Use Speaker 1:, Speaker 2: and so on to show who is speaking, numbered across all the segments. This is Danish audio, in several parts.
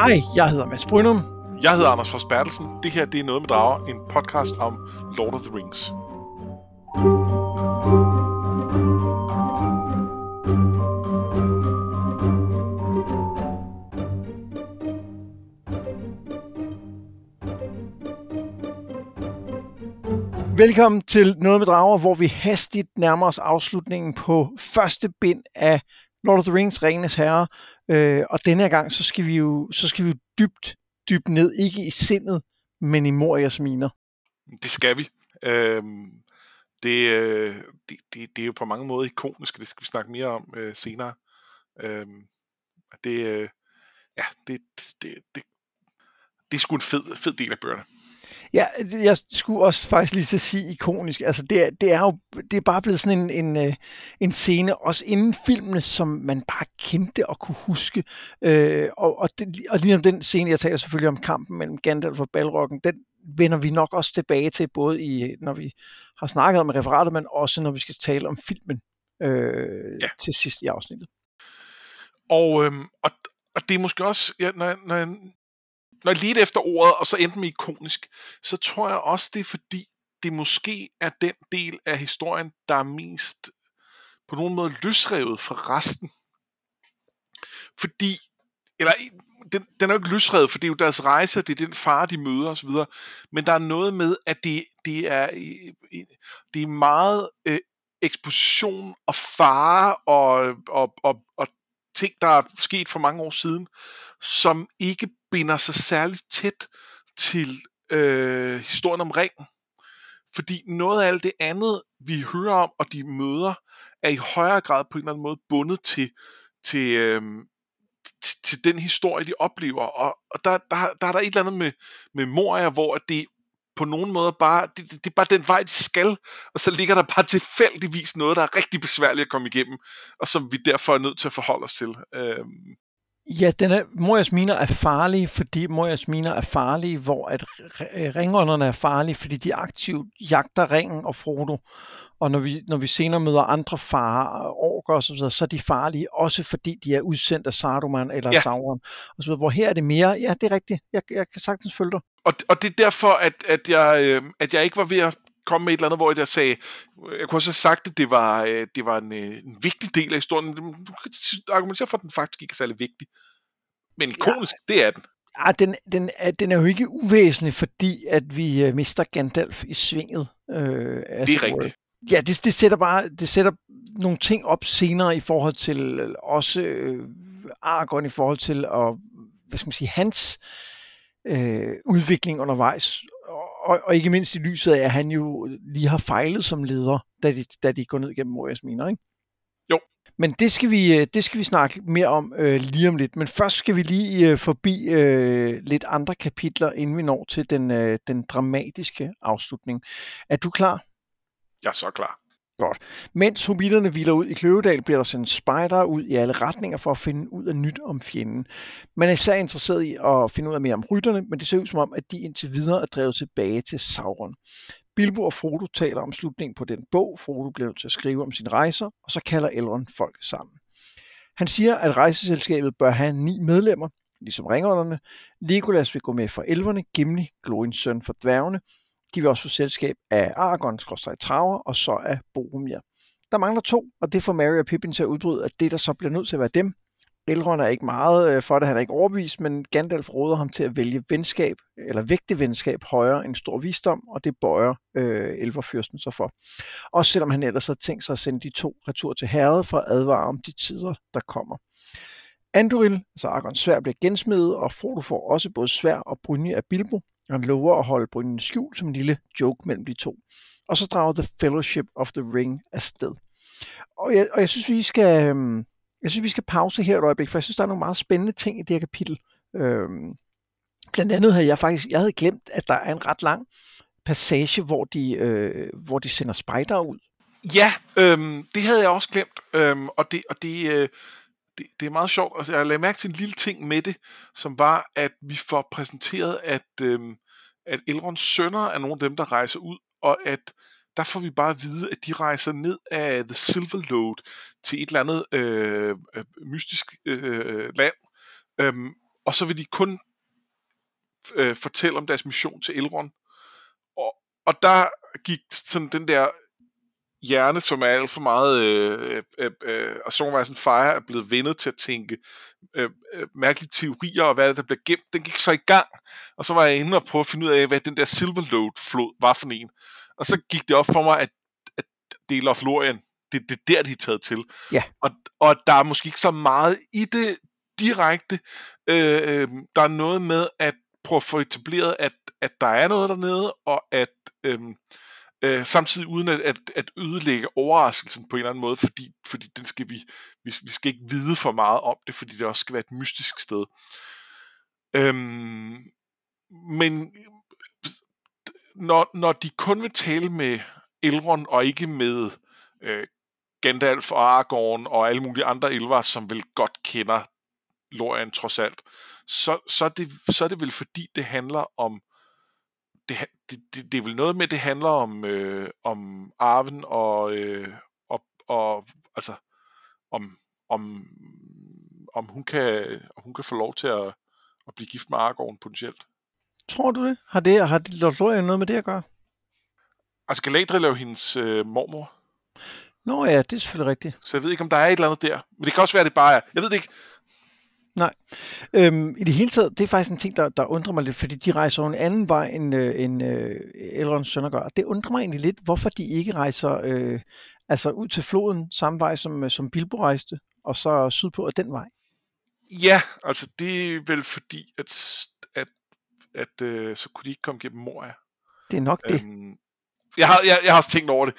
Speaker 1: Hej, jeg hedder Mads Brynum.
Speaker 2: Jeg hedder Anders Fors Bertelsen. Det her, det er Noget med Drager, en podcast om Lord of the Rings.
Speaker 1: Velkommen til Noget med Drager, hvor vi hastigt nærmer os afslutningen på første bind af Lord of the Rings, Ringenes Herre. Og denne her gang, så skal vi jo dybt ned, ikke i sindet, men i Morias miner.
Speaker 2: Det skal vi. Det er jo på mange måder ikonisk, det skal vi snakke mere om senere. Det er sgu en fed del af bøgerne.
Speaker 1: Ja, jeg skulle også faktisk lige så sige ikonisk. Altså det er bare blevet sådan en scene, også inden filmene, som man bare kendte og kunne huske. Og lige om den scene, jeg taler selvfølgelig om kampen mellem Gandalf og Balroggen, den vender vi nok også tilbage til, både når vi har snakket om referatet, men også når vi skal tale om filmen til sidst i afsnittet.
Speaker 2: Og det er måske også, når jeg ledte efter ordet, og så endte med ikonisk, så tror jeg også, det er fordi, det måske er den del af historien, der er mest på nogen måde løsrevet fra resten. Fordi, eller den er jo ikke løsrevet, for det er jo deres rejse, det er den far, de møder osv., men der er noget med, at det er meget eksposition og fare og ting, der er sket for mange år siden, som ikke binder sig særligt tæt til historien om ringen. Fordi noget af alt det andet, vi hører om, og de møder, er i højere grad på en eller anden måde bundet til den historie, de oplever. Og der er der et eller andet med Moria, hvor det på nogen måde bare, det er bare den vej, de skal, og så ligger der bare tilfældigvis noget, der er rigtig besværligt at komme igennem, og som vi derfor er nødt til at forholde os til.
Speaker 1: Ja, Morias miner er farlige, fordi Morias miner er farlige, hvor at ringånderne er farlige, fordi de aktivt jagter ringen og Frodo. Og når vi senere møder andre farer, orker og så videre, så er de farlige, også fordi de er udsendt af Saruman eller Sauron. Og så videre, hvor her er det mere, ja, det er rigtigt, jeg kan sagtens følge dig.
Speaker 2: Og det er derfor, at jeg ikke var ved at komme med et eller andet, hvor jeg sagde, jeg kunne også have sagt, at det var en vigtig del af historien. Du kan argumentere for, at den faktisk ikke er særlig vigtig. Men ikonisk, det er den.
Speaker 1: Ja, den er jo ikke uvæsentlig, fordi at vi mister Gandalf i svinget.
Speaker 2: Det er rigtigt.
Speaker 1: Ja, det sætter nogle ting op senere i forhold til også Aragorn i forhold til hans udvikling undervejs. Og ikke mindst i lyset af, at han jo lige har fejlet som leder, da de går ned gennem Morias miner, ikke?
Speaker 2: Jo.
Speaker 1: Men det skal vi snakke mere om lige om lidt. Men først skal vi lige forbi lidt andre kapitler, inden vi når til den dramatiske afslutning. Er du klar?
Speaker 2: Jeg er så klar.
Speaker 1: Godt. Mens hobbiterne hviler ud i Kløvedal, bliver der sendt spejdere ud i alle retninger for at finde ud af nyt om fjenden. Man er især interesseret i at finde ud af mere om rytterne, men det ser ud som om, at de indtil videre er drevet tilbage til Sauron. Bilbo og Frodo taler om slutningen på den bog. Frodo bliver nødt til at skrive om sine rejser, og så kalder Elrond folk sammen. Han siger, at rejseselskabet bør have 9 medlemmer, ligesom ringånderne. Legolas vil gå med for elverne, Gimli, Glorins søn for dværgene. De vil også få selskab af Aragorn/Traver, og så af Boromir. Der mangler 2, og det får Merry og Pippin til at udbryde, at det der så bliver nødt til at være dem. Elrond er ikke meget for det, han er ikke overbevist, men Gandalf råder ham til at vælge venskab, eller vægte venskab højere end stor visdom, og det bøjer elverfyrsten så for. Også selvom han ellers har tænkt sig at sende de 2 retur til herredet for at advare om de tider, der kommer. Anduril, altså Aragorns sværd, bliver gensmedet, og Frodo får også både sværd og brynje af Bilbo. Han lover at holde brynjen skjult som en lille joke mellem de 2. Og så drager The Fellowship of the Ring afsted. Og jeg synes, vi skal pause her et øjeblik, for jeg synes, der er nogle meget spændende ting i det her kapitel. Blandt andet havde jeg havde glemt, at der er en ret lang passage, hvor de sender spejdere ud.
Speaker 2: Ja, det havde jeg også glemt. Det er meget sjovt. Altså, jeg lagde mærke til en lille ting med det, som var, at vi får præsenteret, at Elronds sønner er nogle af dem, der rejser ud, og at der får vi bare at vide, at de rejser ned af The Silver Lode til et eller andet mystisk land. og så vil de kun fortælle om deres mission til Elrond. Og der gik sådan den der hjerne, som er alt for meget, og Songwise Fire er blevet vendet til at tænke mærkelige teorier, og hvad der bliver gemt, den gik så i gang, og så var jeg inde og prøve at finde ud af, hvad den der Silverlode-flod var for en. Og så gik det op for mig, at det er Lothlorien, det er der, de er taget til.
Speaker 1: Ja.
Speaker 2: Og der er måske ikke så meget i det direkte. Der er noget med at prøve at få etableret, at der er noget dernede, og at samtidig uden at ødelægge overraskelsen på en eller anden måde, fordi den skal vi skal ikke vide for meget om det, fordi det også skal være et mystisk sted. Men når de kun vil tale med Elrond og ikke med Gandalf og Aragorn og alle mulige andre elver, som vel godt kender Lorien trods alt, så er det vel fordi det handler om det er vel noget med, det handler om Arwen og altså om hun kan få lov til at blive gift med Aragorn potentielt.
Speaker 1: Tror du det? Har Lothlorien noget med det at gøre?
Speaker 2: Altså Galadriel er jo hendes mormor.
Speaker 1: Nå ja, det er selvfølgelig rigtigt.
Speaker 2: Så jeg ved ikke, om der er et eller andet der. Men det kan også være, det bare er. Jeg ved det ikke.
Speaker 1: Nej. I det hele taget, det er faktisk en ting, der undrer mig lidt, fordi de rejser en anden vej, end Elronds sønner gør. Det undrer mig egentlig lidt, hvorfor de ikke rejser altså ud til floden samme vej, som Bilbo rejste, og så sydpå af den vej.
Speaker 2: Ja, altså det er vel fordi, at så kunne de ikke komme gennem Moria.
Speaker 1: Det er nok det.
Speaker 2: Jeg har også tænkt over det.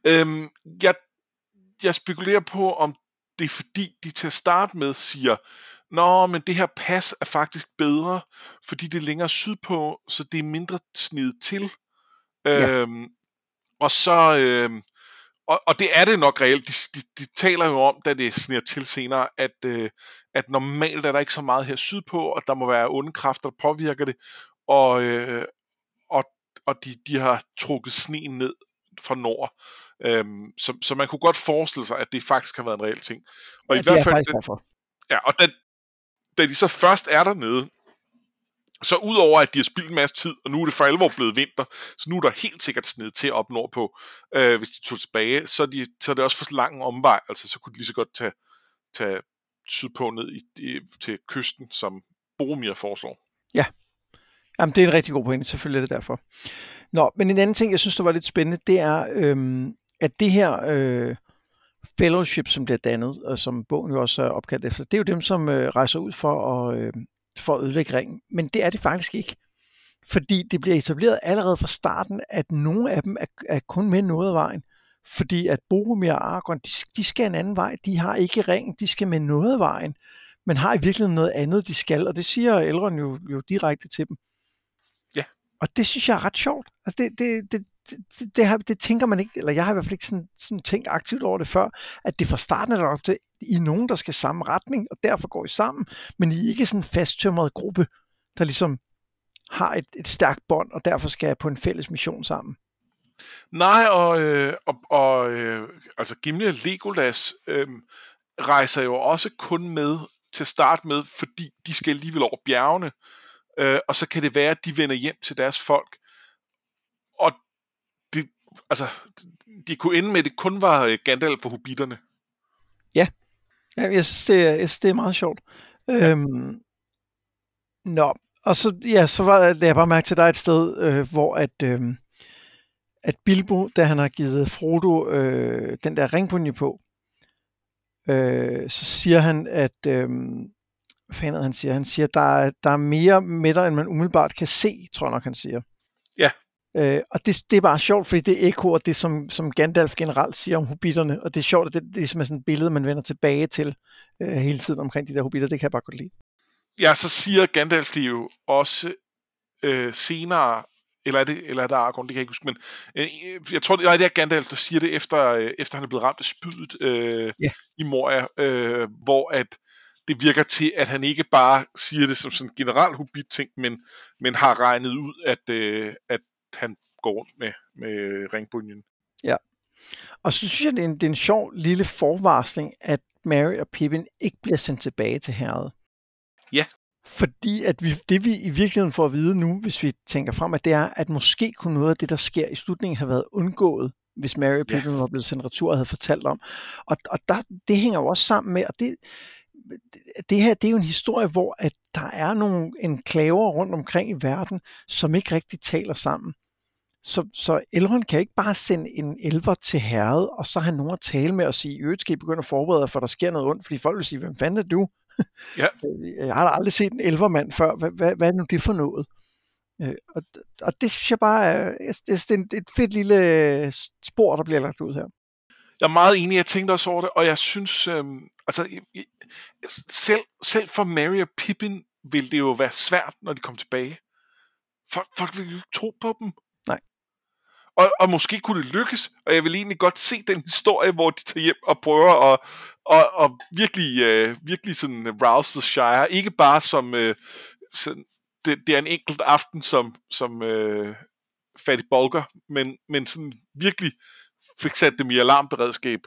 Speaker 2: Jeg spekulerer på, om det er fordi, de til at starte med siger, nå, men det her pas er faktisk bedre, fordi det er længere sydpå, så det er mindre snedet til.
Speaker 1: Ja.
Speaker 2: Og så... Og det er det nok reelt. De taler jo om, da det sniger til senere, at normalt er der ikke så meget her sydpå, og der må være onde kræfter, der påvirker det, og de har trukket sneen ned fra nord. Så man kunne godt forestille sig, at det faktisk har været en reel ting. Og
Speaker 1: ja,
Speaker 2: i hvert fald,
Speaker 1: det er derfor.
Speaker 2: Ja, og da de så først er dernede, så udover at de har spildt en masse tid, og nu er det for alvor blevet vinter, så nu er der helt sikkert sned til op nordpå, hvis de tog tilbage, så er det også for lang omvej, altså så kunne de lige så godt tage sydpå ned til kysten, som Boromir foreslår.
Speaker 1: Ja, jamen det er en rigtig god pointe, selvfølgelig er det derfor. Nå, men en anden ting, jeg synes, der var lidt spændende, det er, at det her fellowship, som bliver dannet, og som bogen jo også er opkaldt efter, det er jo dem, som rejser ud for at ødelægge ringen. Men det er det faktisk ikke. Fordi det bliver etableret allerede fra starten, at nogle af dem er kun med noget af vejen. Fordi at Boromir og Aragorn, de skal en anden vej. De har ikke ringen, de skal med noget af vejen. Men har i virkeligheden noget andet, de skal. Og det siger Elrond jo direkte til dem.
Speaker 2: Ja.
Speaker 1: Og det synes jeg er ret sjovt. Altså det tænker man ikke, eller jeg har i hvert fald ikke sådan tænkt aktivt over det før, at det fra starten er der op til, I er nogen, der skal samme retning, og derfor går I sammen, men I er ikke sådan en fasttømret gruppe, der ligesom har et stærkt bånd, og derfor skal jeg på en fælles mission sammen.
Speaker 2: Nej, og altså Gimli og Legolas rejser jo også kun med til at starte med, fordi de skal alligevel over bjergene, og så kan det være, at de vender hjem til deres folk. Og det, altså, de kunne ende med, at det kun var Gandalf for hobbiterne.
Speaker 1: Ja, jeg synes, det er meget sjovt. Ja. Nå, og så var jeg bare mærke til, der er et sted, hvor at Bilbo, da han har givet Frodo den der ringpunje på, så siger han, at hvad fanden han siger? Han siger, at der er mere med dig, end man umiddelbart kan se, tror jeg nok, han siger.
Speaker 2: Ja.
Speaker 1: Og det er bare sjovt, fordi det ekkoer det, som Gandalf generelt siger om hobbiterne, og det er sjovt, at det er ligesom sådan et billede, man vender tilbage til hele tiden omkring de der hobbiter, det kan jeg bare godt lide.
Speaker 2: Ja, så siger Gandalf det jo også senere, eller er det Aragorn, det kan jeg ikke huske, men jeg tror, det er Gandalf, der siger det, efter han er blevet ramt af spydet i Moria, hvor at det virker til, at han ikke bare siger det som sådan en generel hobbit-ting, men har regnet ud, at han går rundt med ringbunjen.
Speaker 1: Ja, og så synes jeg, det er en sjov lille forvarsling, at Merry og Pippin ikke bliver sendt tilbage til herredet.
Speaker 2: Ja.
Speaker 1: Fordi at det vi i virkeligheden får at vide nu, hvis vi tænker frem, at det er, at måske kunne noget af det, der sker i slutningen, have været undgået, hvis Merry og
Speaker 2: Ja.
Speaker 1: Pippin var blevet sendt retur og havde fortalt om. Og det hænger jo også sammen med, og det her, det er jo en historie, hvor at der er nogle enklaver rundt omkring i verden, som ikke rigtig taler sammen. Så Elrond kan ikke bare sende en elver til herred, og så have nogen at tale med og sige, øvrigt skal I begynde at forberede jer, for der sker noget ondt, fordi folk vil sige, hvem fanden er du?
Speaker 2: Ja.
Speaker 1: Jeg har da aldrig set en elvermand før. Hvad er nu det for noget? Og det synes jeg bare er et fedt lille spor, der bliver lagt ud her.
Speaker 2: Jeg er meget enig, jeg tænkte også over det, og jeg synes, selv for Merry og Pippin ville det jo være svært, når de kom tilbage. Folk ville jo ikke tro på dem.
Speaker 1: Nej.
Speaker 2: Og måske kunne det lykkes, og jeg vil egentlig godt se den historie, hvor de tager hjem og prøver at virkelig sådan rouse the Shire. Ikke bare som sådan, det er en enkelt aften som Fatty Bulger, men sådan virkelig fik sat dem i alarmberedskab.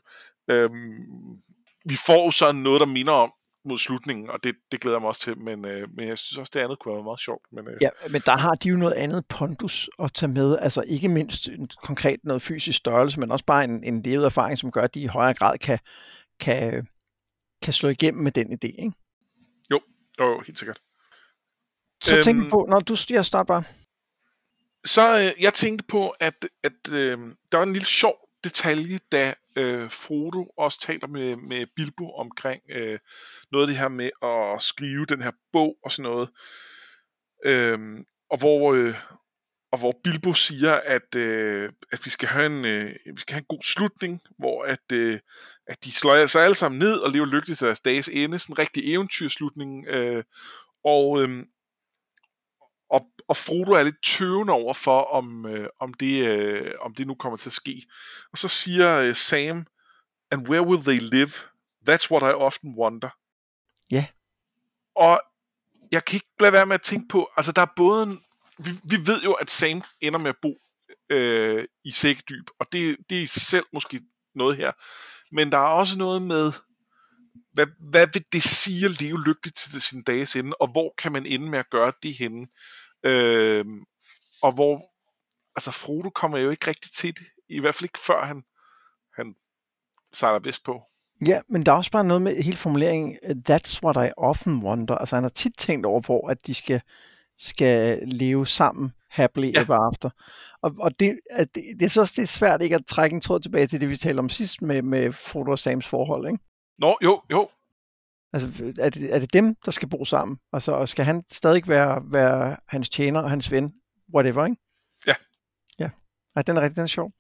Speaker 2: Vi får så noget, der minder om mod slutningen, og det glæder jeg mig også til, men jeg synes også, det andet kunne være meget sjovt.
Speaker 1: Ja, men der har de jo noget andet pondus at tage med, altså ikke mindst konkret noget fysisk størrelse, men også bare en levet erfaring, som gør, at de i højere grad kan slå igennem med den idé, ikke?
Speaker 2: Jo, helt sikkert.
Speaker 1: Så tænk på, når jeg starter bare.
Speaker 2: Så jeg tænkte på, at der var en lille sjov detalje, da Frodo også taler med Bilbo omkring noget af det her med at skrive den her bog og sådan noget. Og hvor Bilbo siger, at vi skal have en god slutning, hvor at de slår sig alle sammen ned og lever lykkeligt til deres dages ende. Sådan en rigtig eventyrslutning. Og Frodo er lidt tøvende over for, om det nu kommer til at ske. Og så siger Sam, and where will they live? That's what I often wonder.
Speaker 1: Ja.
Speaker 2: Og jeg kan ikke lade være med at tænke på, altså der er både vi ved jo, at Sam ender med at bo i Sækkedyb, og det er i sig selv måske noget her. Men der er også noget med, hvad vil det sige at leve lykkeligt til sin dages ende, og hvor kan man ende med at gøre det henne? Og hvor, altså Frodo kommer jo ikke rigtig til det, i hvert fald ikke før han sejler vest på.
Speaker 1: Ja, men der er også bare noget med hele formuleringen, that's what I often wonder. Altså han har tit tænkt over, hvor at de skal leve sammen happily ever after. Og det er så også det er svært ikke at trække en tråd tilbage til det, vi talte om sidst med Frodo og Sams forhold, ikke?
Speaker 2: Nå, jo.
Speaker 1: Altså, er det dem, der skal bo sammen? Altså, og skal han stadig være hans tjener og hans ven? Whatever, ikke?
Speaker 2: Ja.
Speaker 1: Ja. Ej, den er sjov.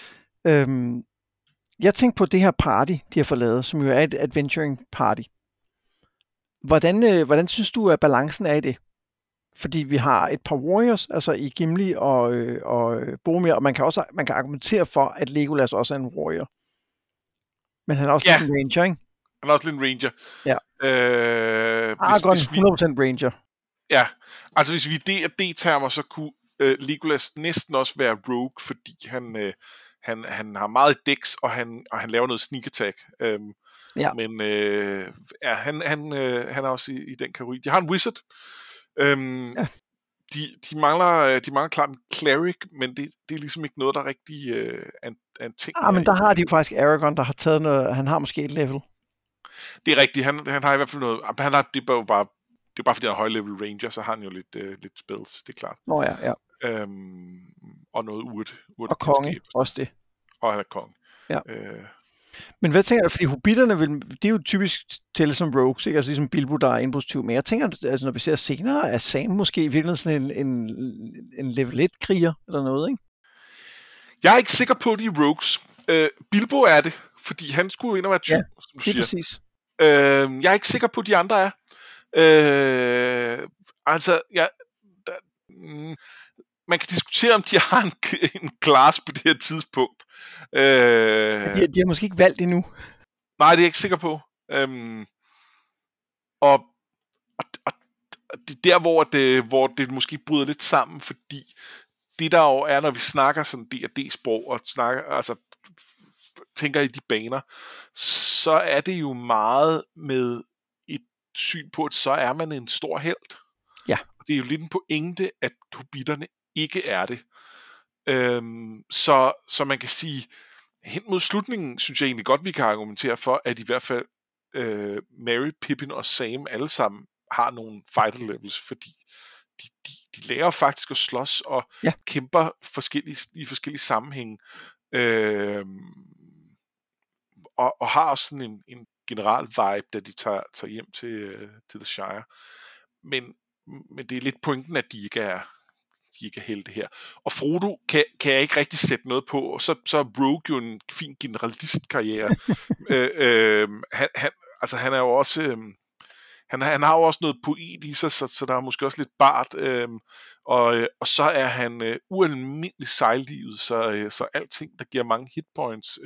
Speaker 1: Jeg tænkte på det her party, de har fået lavet, som jo er et adventuring party. Hvordan synes du, at balancen er i det? Fordi vi har et par warriors, altså i Gimli og Boromir, og man kan argumentere for, at Legolas også er en warrior. Men han er også lidt en ranger, ikke?
Speaker 2: Han er også lidt en ranger.
Speaker 1: Ja. Aragorn 100% ranger.
Speaker 2: Ja, altså hvis vi er D&D-termer, så kunne Legolas næsten også være rogue, fordi han har meget dex, og han laver noget sneak attack.
Speaker 1: Ja.
Speaker 2: Men han er også i den kategori. De har en wizard. Ja. De mangler klart en cleric, men det er ligesom ikke noget, der rigtig er en ting.
Speaker 1: Men der har de jo faktisk Aragorn, der har taget noget. Han har måske et level.
Speaker 2: Det er rigtigt. Han har i hvert fald noget. Det er jo bare fordi han er høj level ranger, så har han jo lidt spells, det er klart.
Speaker 1: Nå ja.
Speaker 2: Og noget urt.
Speaker 1: Og konge, også det.
Speaker 2: Og han er konge.
Speaker 1: Ja. Men hvad tænker du, fordi hobitterne det er jo typisk tælle som rogues, ikke? Altså ligesom Bilbo, der er indbrudstyv. Men jeg tænker, altså når vi ser senere, er Sam måske i virkeligheden sådan en level 1-kriger eller noget, ikke?
Speaker 2: Jeg er ikke sikker på, at de er rogues. Bilbo er det, fordi han skulle ind og være tyv, som du siger.
Speaker 1: Præcis.
Speaker 2: Jeg er ikke sikker på, at de andre er. Man kan diskutere, om de har en class på det her tidspunkt.
Speaker 1: De har måske ikke valgt endnu.
Speaker 2: Nej, det er jeg ikke sikker på. Og det er der, hvor det måske bryder lidt sammen, fordi det der jo er, når vi snakker sådan D&D-sprog, og tænker i de baner, så er det jo meget med et syn på, at så er man en stor helt. Det er jo lidt en pointe, at hobitterne ikke er det. Så man kan sige, hen mod slutningen, synes jeg egentlig godt, vi kan argumentere for, at i hvert fald Merry, Pippin og Sam alle sammen har nogle fighter levels, fordi de lærer faktisk at slås og kæmper i forskellige sammenhænge. Og har også sådan en general vibe, da de tager hjem til The Shire. Men det er lidt pointen, at de ikke er helte her. Og Frodo kan jeg ikke rigtig sætte noget på, og så er Rogue jo en fin generalistkarriere. Han er jo også... Han har jo også noget poet i sig, så der er måske også lidt bart, og så er han ualmindelig sejlivet, så alting, der giver mange hitpoints,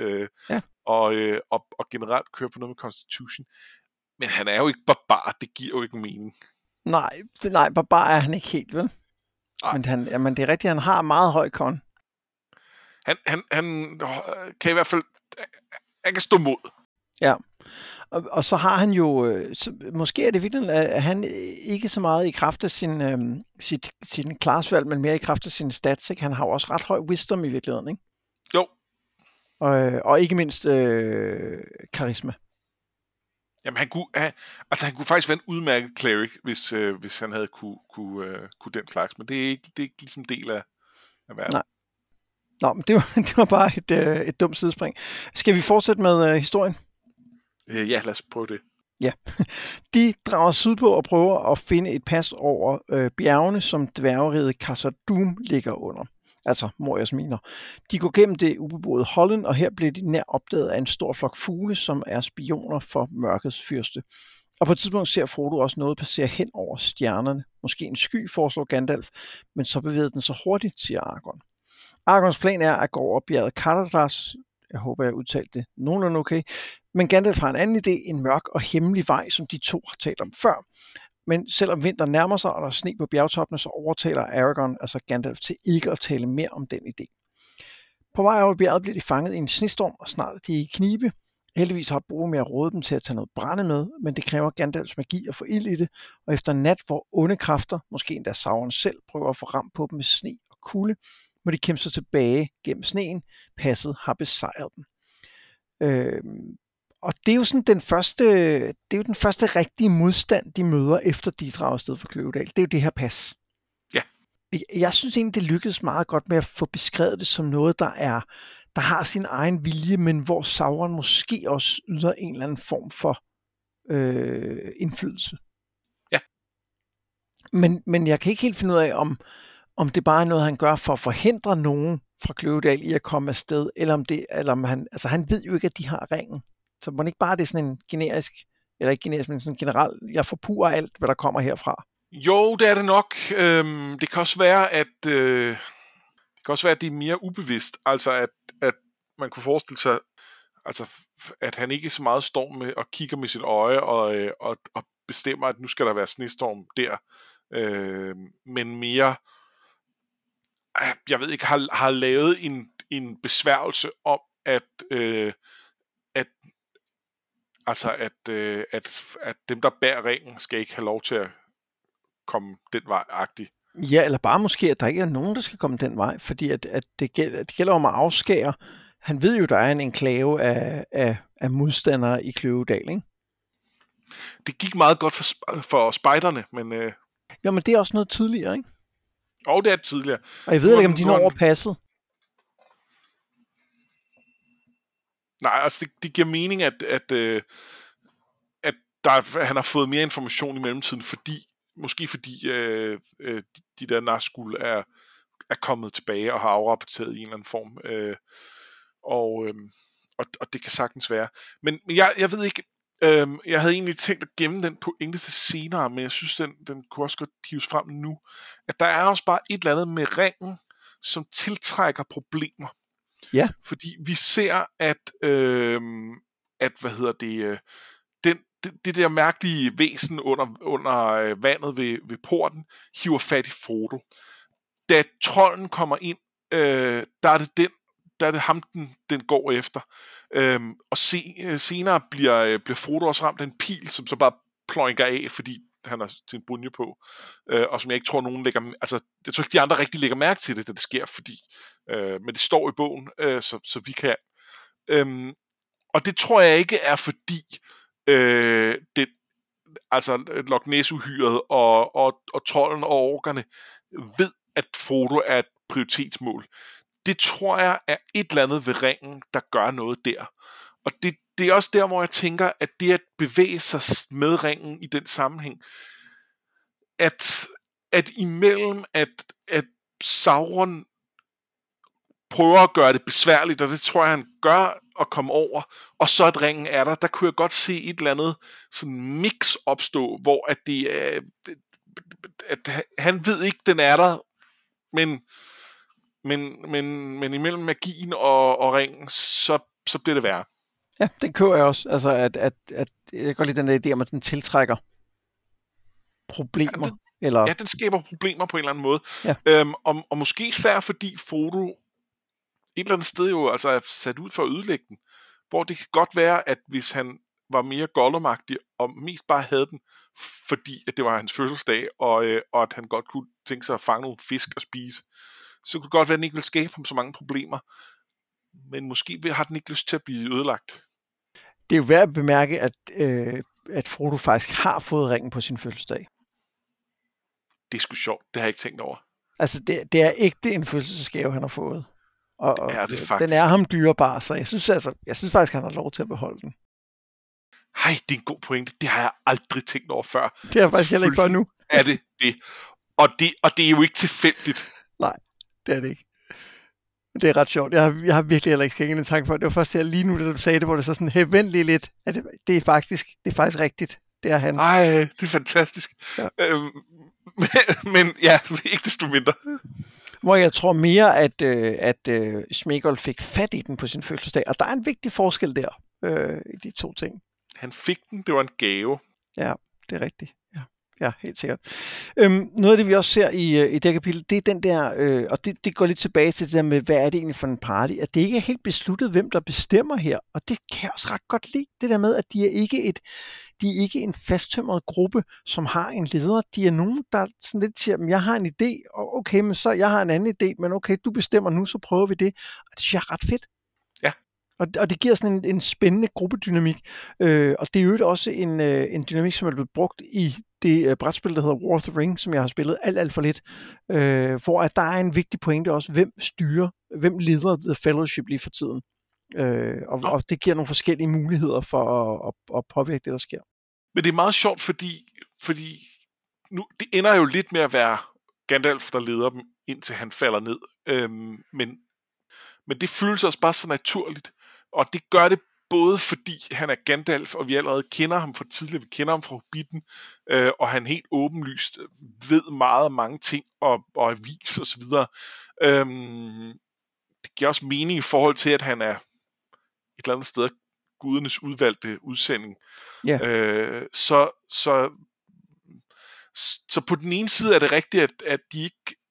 Speaker 2: og generelt kører på noget med Constitution. Men han er jo ikke barbar, det giver jo ikke mening.
Speaker 1: Nej, barbar er han ikke helt, vel? Men det er rigtigt, han har meget høj kon.
Speaker 2: Han kan i hvert fald, han kan stå mod.
Speaker 1: Ja. Og så har han jo, måske er det virkelig, at han ikke så meget i kraft af sin klarsvalg, men mere i kraft af sin stats, ikke? Han har jo også ret høj wisdom i virkeligheden, ikke?
Speaker 2: Jo.
Speaker 1: Og ikke mindst karisma.
Speaker 2: Jamen han kunne faktisk være en udmærket cleric, hvis han havde kunne den slags, men det er ikke ligesom del af verden.
Speaker 1: Nej. Nå, men det var bare et dumt sidespring. Skal vi fortsætte med historien?
Speaker 2: Ja, lad os prøve det.
Speaker 1: Ja. De drager sydpå og prøver at finde et pas over bjergene, som dværgeriget Khazad-dûm ligger under. Altså Morias miner. De går gennem det ubeboede Holland, og her bliver de nær opdaget af en stor flok fugle, som er spioner for mørkets fyrste. Og på et tidspunkt ser Frodo også noget passere hen over stjernerne. Måske en sky, foreslår Gandalf, men så bevæger den så hurtigt, siger Aragorn. Aragorns plan er at gå over bjerget Cardathras. Jeg håber, jeg udtalte det nogenlunde okay. Men Gandalf har en anden idé, en mørk og hemmelig vej, som de to har talt om før. Men selvom vinteren nærmer sig, og der er sne på bjergtoppene, så overtaler Aragorn, altså Gandalf, til ikke at tale mere om den idé. På vej over bjerget bliver de fanget i en snestorm, og snart er de i knibe. Heldigvis har Boromir rådet dem til at tage noget brænde med, men det kræver Gandalfs magi at få ild i det, og efter en nat, hvor onde kræfter, måske endda Sauron selv, prøver at få ram på dem med sne og kulde, må de kæmpe sig tilbage gennem sneen. Passet har besejret dem. Og det er jo sådan den første rigtige modstand, de møder, efter de drager afsted fra Kløvedal. Det er jo det her pas.
Speaker 2: Ja.
Speaker 1: Jeg synes egentlig, det lykkedes meget godt med at få beskrevet det som noget, der har sin egen vilje, men hvor Sauron måske også yder en eller anden form for indflydelse.
Speaker 2: Ja. Men jeg kan ikke helt finde ud af, om det bare er noget, han gør for at forhindre nogen fra Kløvedal i at komme afsted, eller om han ved jo ikke, at de har ringen. Så må det ikke bare det er sådan en generisk, eller ikke generisk, men sådan en generel, jeg forpurer alt, hvad der kommer herfra. Jo, det er det nok. Det kan også være, at det er mere ubevidst. Altså, at man kunne forestille sig, altså, at han ikke så meget står med og kigger med sit øje og bestemmer, at nu skal der være snestorm der. Men mere, jeg ved ikke, har lavet en besværgelse om, at dem, der bærer ringen, skal ikke have lov til at komme den vej-agtigt.
Speaker 1: Ja, eller bare måske, at der ikke er nogen, der skal komme den vej, fordi at det gælder om at afskære. Han ved jo, der er en enklave af modstandere i Kløvedal, ikke?
Speaker 2: Det gik meget godt for spejderne, men...
Speaker 1: Jo, men det er også noget tidligere, ikke?
Speaker 2: Og det er tidligere.
Speaker 1: Og jeg ved ikke, om de når overpasset.
Speaker 2: Nej, altså det giver mening, at han har fået mere information i mellemtiden, fordi de der Nazgul er kommet tilbage og har afrapporteret i en eller anden form. Og det kan sagtens være. Men jeg ved ikke, jeg havde egentlig tænkt at gemme den pointe til senere, men jeg synes, den kunne også godt hives frem nu. At der er også bare et eller andet med ringen, som tiltrækker problemer.
Speaker 1: Ja.
Speaker 2: Fordi vi ser, at det der mærkelige væsen under vandet ved porten hiver fat i Frodo. Da trolden kommer ind, der er det ham, den går efter. Og senere bliver Frodo også ramt af en pil, som så bare pløjker af, fordi han har sin brunje på, og som jeg ikke tror, nogen lægger... Altså, jeg tror ikke, de andre rigtig lægger mærke til det, da det sker, fordi... men det står i bogen, så vi kan... Og det tror jeg ikke er, fordi altså Loch Ness-uhyret og trolden og orkerne ved, at Frodo er et prioritetsmål. Det tror jeg er et eller andet ved ringen, der gør noget der. Og det er også der, hvor jeg tænker, at det at bevæge sig med ringen i den sammenhæng, at imellem at Sauron prøver at gøre det besværligt, og det tror jeg, han gør at komme over, og så at ringen er der kunne jeg godt se et eller andet sådan mix opstå, hvor at han ved ikke, den er der, men imellem magien og ringen, så bliver det værre.
Speaker 1: Ja, det kører jeg også. Altså, at jeg kan godt lide den der idé om, at den tiltrækker problemer.
Speaker 2: Ja, den skaber problemer på en eller anden måde.
Speaker 1: Ja.
Speaker 2: Og måske især fordi Frodo et eller andet sted jo altså er sat ud for at ødelægge den. Hvor det kan godt være, at hvis han var mere Gollum-agtig, og mest bare havde den, fordi at det var hans fødselsdag, og at han godt kunne tænke sig at fange nogle fisk og spise, så kunne det godt være, at den ikke ville skabe ham så mange problemer. Men måske har den ikke lyst til at blive ødelagt.
Speaker 1: Det er jo værd at bemærke, at Frodo faktisk har fået ringen på sin fødselsdag.
Speaker 2: Det er sgu sjovt, det har jeg ikke tænkt over.
Speaker 1: Altså, det er ægte en fødselsdagsgave, han har fået. Og
Speaker 2: ja, det er faktisk...
Speaker 1: den er ham dyrebar, så jeg synes faktisk, han har lov til at beholde den.
Speaker 2: Hej, det er en god pointe. Det har jeg aldrig tænkt over før.
Speaker 1: Det har jeg faktisk heller ikke for nu.
Speaker 2: Er det. Og det er jo ikke tilfældigt.
Speaker 1: Nej, det er det ikke. Det er ret sjovt. Jeg har virkelig heller ikke skænket en tanke for det. Det var først her lige nu, da du sagde det, hvor det så sådan venligt lidt. At det er faktisk rigtigt. Det er han.
Speaker 2: Nej, det er fantastisk. Ja. Men ja, ikke desto mindre.
Speaker 1: Hvor jeg tror mere, at Sméagol fik fat i den på sin fødselsdag. Og der er en vigtig forskel der i de to ting.
Speaker 2: Han fik den, det var en gave.
Speaker 1: Ja, det er rigtigt. Ja, helt sikkert. Noget af det, vi også ser i det kapitel, det er den der, og det går lidt tilbage til det der med, hvad er det egentlig for en party, at det ikke er helt besluttet, hvem der bestemmer her, og det kan jeg også ret godt lide, det der med, at de er ikke en fasttømret gruppe, som har en leder, de er nogen, der sådan lidt siger, jeg har en idé, og okay, men så jeg har en anden idé, men okay, du bestemmer nu, så prøver vi det, og det synes jeg er ret fedt. Og det giver sådan en spændende gruppedynamik, og det er jo også en dynamik, som er blevet brugt i det brætspil, der hedder War of the Ring, som jeg har spillet alt for lidt, hvor at der er en vigtig pointe også, hvem leder The Fellowship lige for tiden. Og det giver nogle forskellige muligheder for at påvirke det, der sker.
Speaker 2: Men det er meget sjovt, fordi nu, det ender jo lidt med at være Gandalf, der leder dem, indtil han falder ned. Men det føles også bare så naturligt. Og det gør det både fordi han er Gandalf, og vi allerede kender ham fra tidligere, vi kender ham fra Hobbiten, og han helt åbenlyst ved meget mange ting, og er vis og så videre. Det giver også mening i forhold til, at han er et eller andet sted gudernes udvalgte udsending.
Speaker 1: Yeah.
Speaker 2: Så på den ene side er det rigtigt, at de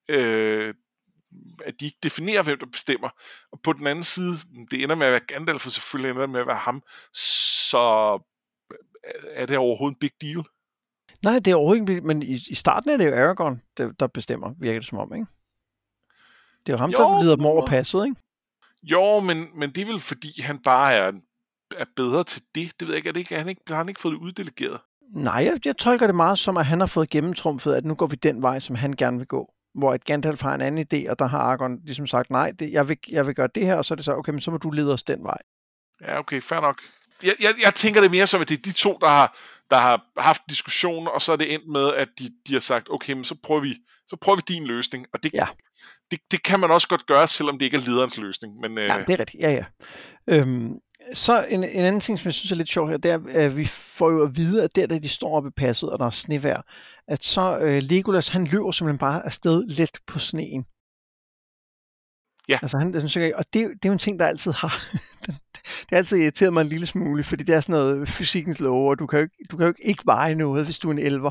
Speaker 2: ikke definerer, hvem der bestemmer. Og på den anden side, det ender med at være Gandalf, og selvfølgelig ender det med at være ham, så er det overhovedet en big deal.
Speaker 1: Nej, det er overhovedet ikke, men i starten er det jo Aragorn, der bestemmer, virker det som om, ikke? Det er jo ham, der leder dem over passet, ikke?
Speaker 2: Jo, men det er vel fordi, han bare er bedre til det. Det ved jeg ikke, har han ikke fået det uddelegeret?
Speaker 1: Nej, jeg tolker det meget som, at han har fået gennemtrumfet, at nu går vi den vej, som han gerne vil gå. Hvor et Gandalf har en anden idé, og der har Aragorn ligesom sagt, nej, jeg vil gøre det her, og så er det så, okay, men så må du lede os den vej.
Speaker 2: Ja, okay, fair nok. Jeg tænker det mere som, at det er de to, der har haft diskussion, og så er det endt med, at de har sagt, okay, men så prøver vi din løsning. Og det kan man også godt gøre, selvom det ikke er lederens løsning. Men,
Speaker 1: ja, det er rigtigt. Ja. Så en anden ting, som jeg synes er lidt sjovt her, det er, at vi får jo at vide, at der de står oppe i passet, og der er snevejr, at så Legolas, han løber simpelthen bare afsted let på sneen.
Speaker 2: Ja.
Speaker 1: Altså og det er jo en ting, der altid har... det har altid irriteret mig en lille smule, fordi det er sådan noget fysikkens lov, og du kan jo ikke veje noget, hvis du er en elver.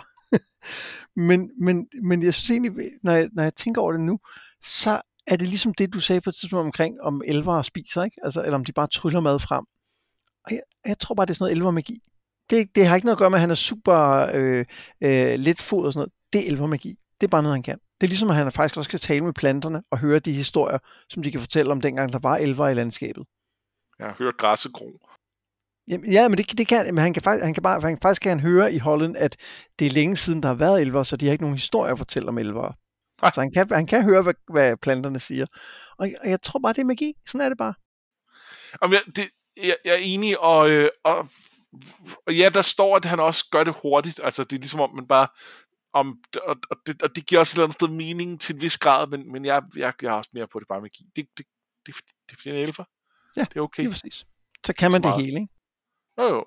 Speaker 1: men jeg synes egentlig, når jeg tænker over det nu, så er det ligesom det, du sagde på et tidspunkt omkring, om elvere spiser, ikke? Altså, eller om de bare tryller mad frem. Og jeg tror bare, det er sådan noget elvermagi. Det har ikke noget at gøre med, at han er super letfod og sådan noget. Det er elvermagi. Det er bare noget, han kan. Det er ligesom, at han faktisk også kan tale med planterne og høre de historier, som de kan fortælle om dengang, der var elver i landskabet.
Speaker 2: Jeg har hørt græsset gro.
Speaker 1: Jamen, ja, men det kan, men han kan faktisk høre i Holland, at det er længe siden, der har været elver, så de har ikke nogen historie at fortælle om elver. Så han kan høre, hvad planterne siger. Og jeg tror bare, det er magi. Sådan er det bare.
Speaker 2: Jamen, jeg er enig, og ja, der står, at han også gør det hurtigt. Altså, det er ligesom om, man bare... Og det giver også et eller andet sted mening til en vis grad, men jeg er også mere på det bare magi. Det er fordi en elfer.
Speaker 1: Ja,
Speaker 2: det er okay.
Speaker 1: Det er præcis. Så kan man det hele, ikke?
Speaker 2: Jo.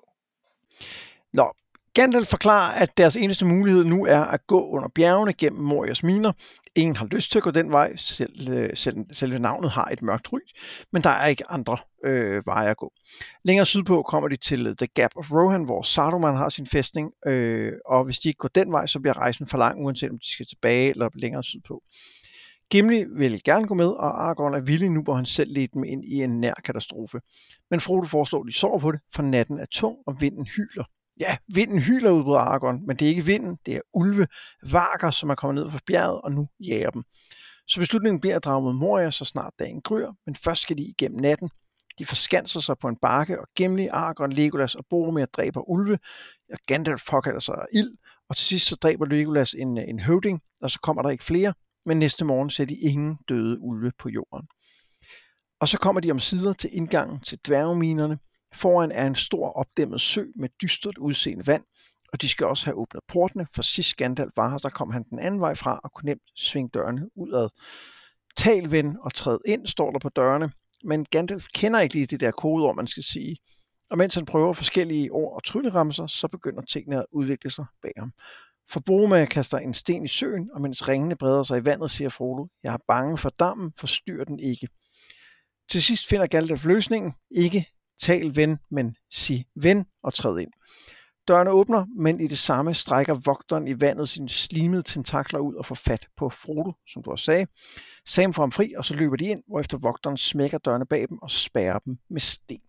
Speaker 1: Nå, Gandalf forklarer, at deres eneste mulighed nu er at gå under bjergene gennem Morias miner. Ingen har lyst til at gå den vej, selve navnet har et mørkt ry, men der er ikke andre veje at gå. Længere sydpå kommer de til The Gap of Rohan, hvor Saruman har sin fæstning, og hvis de ikke går den vej, så bliver rejsen for lang, uanset om de skal tilbage eller længere sydpå. Gimli vil gerne gå med, og Aragorn er villig nu, hvor han selv ledte dem ind i en nær katastrofe. Men Frodo foreslår, at de sover på det, for natten er tung, og vinden hyler. Ja, vinden hyler, udbryder Aragorn, men det er ikke vinden, det er ulve, varker, som er kommet ned fra bjerget og nu jager dem. Så beslutningen bliver at drage mod Moria, så snart dagen gryer, men først skal de igennem natten. De forskanser sig på en bakke, og Gimli, Aragorn, Legolas og Boromir dræber ulve, og Gandalf påkalder sig ild, og til sidst så dræber Legolas en høvding, og så kommer der ikke flere, men næste morgen ser de ingen døde ulve på jorden. Og så kommer de omsider til indgangen til dværgeminerne. Foran er en stor opdæmmet sø med dystert udseende vand, og de skal også have åbnet portene, for sidst Gandalf var her, der kom han den anden vej fra og kunne nemt svinge dørene udad. Tal, ven, og træd ind, står der på dørene, men Gandalf kender ikke lige det der kodeord, man skal sige. Og mens han prøver forskellige ord og trylleramser, så begynder tingene at udvikle sig bag ham. For Boromir kaster en sten i søen, og mens ringene breder sig i vandet, siger Frodo, jeg er bange for dammen, forstyr den ikke. Til sidst finder Gandalf løsningen, ikke tal ven, men sig ven og træd ind. Dørene åbner, men i det samme strækker vogteren i vandet sine slimede tentakler ud og får fat på Frodo, som du også sagde. Sam får ham fri, og så løber de ind, hvorefter vogteren smækker dørene bag dem og spærrer dem med sten.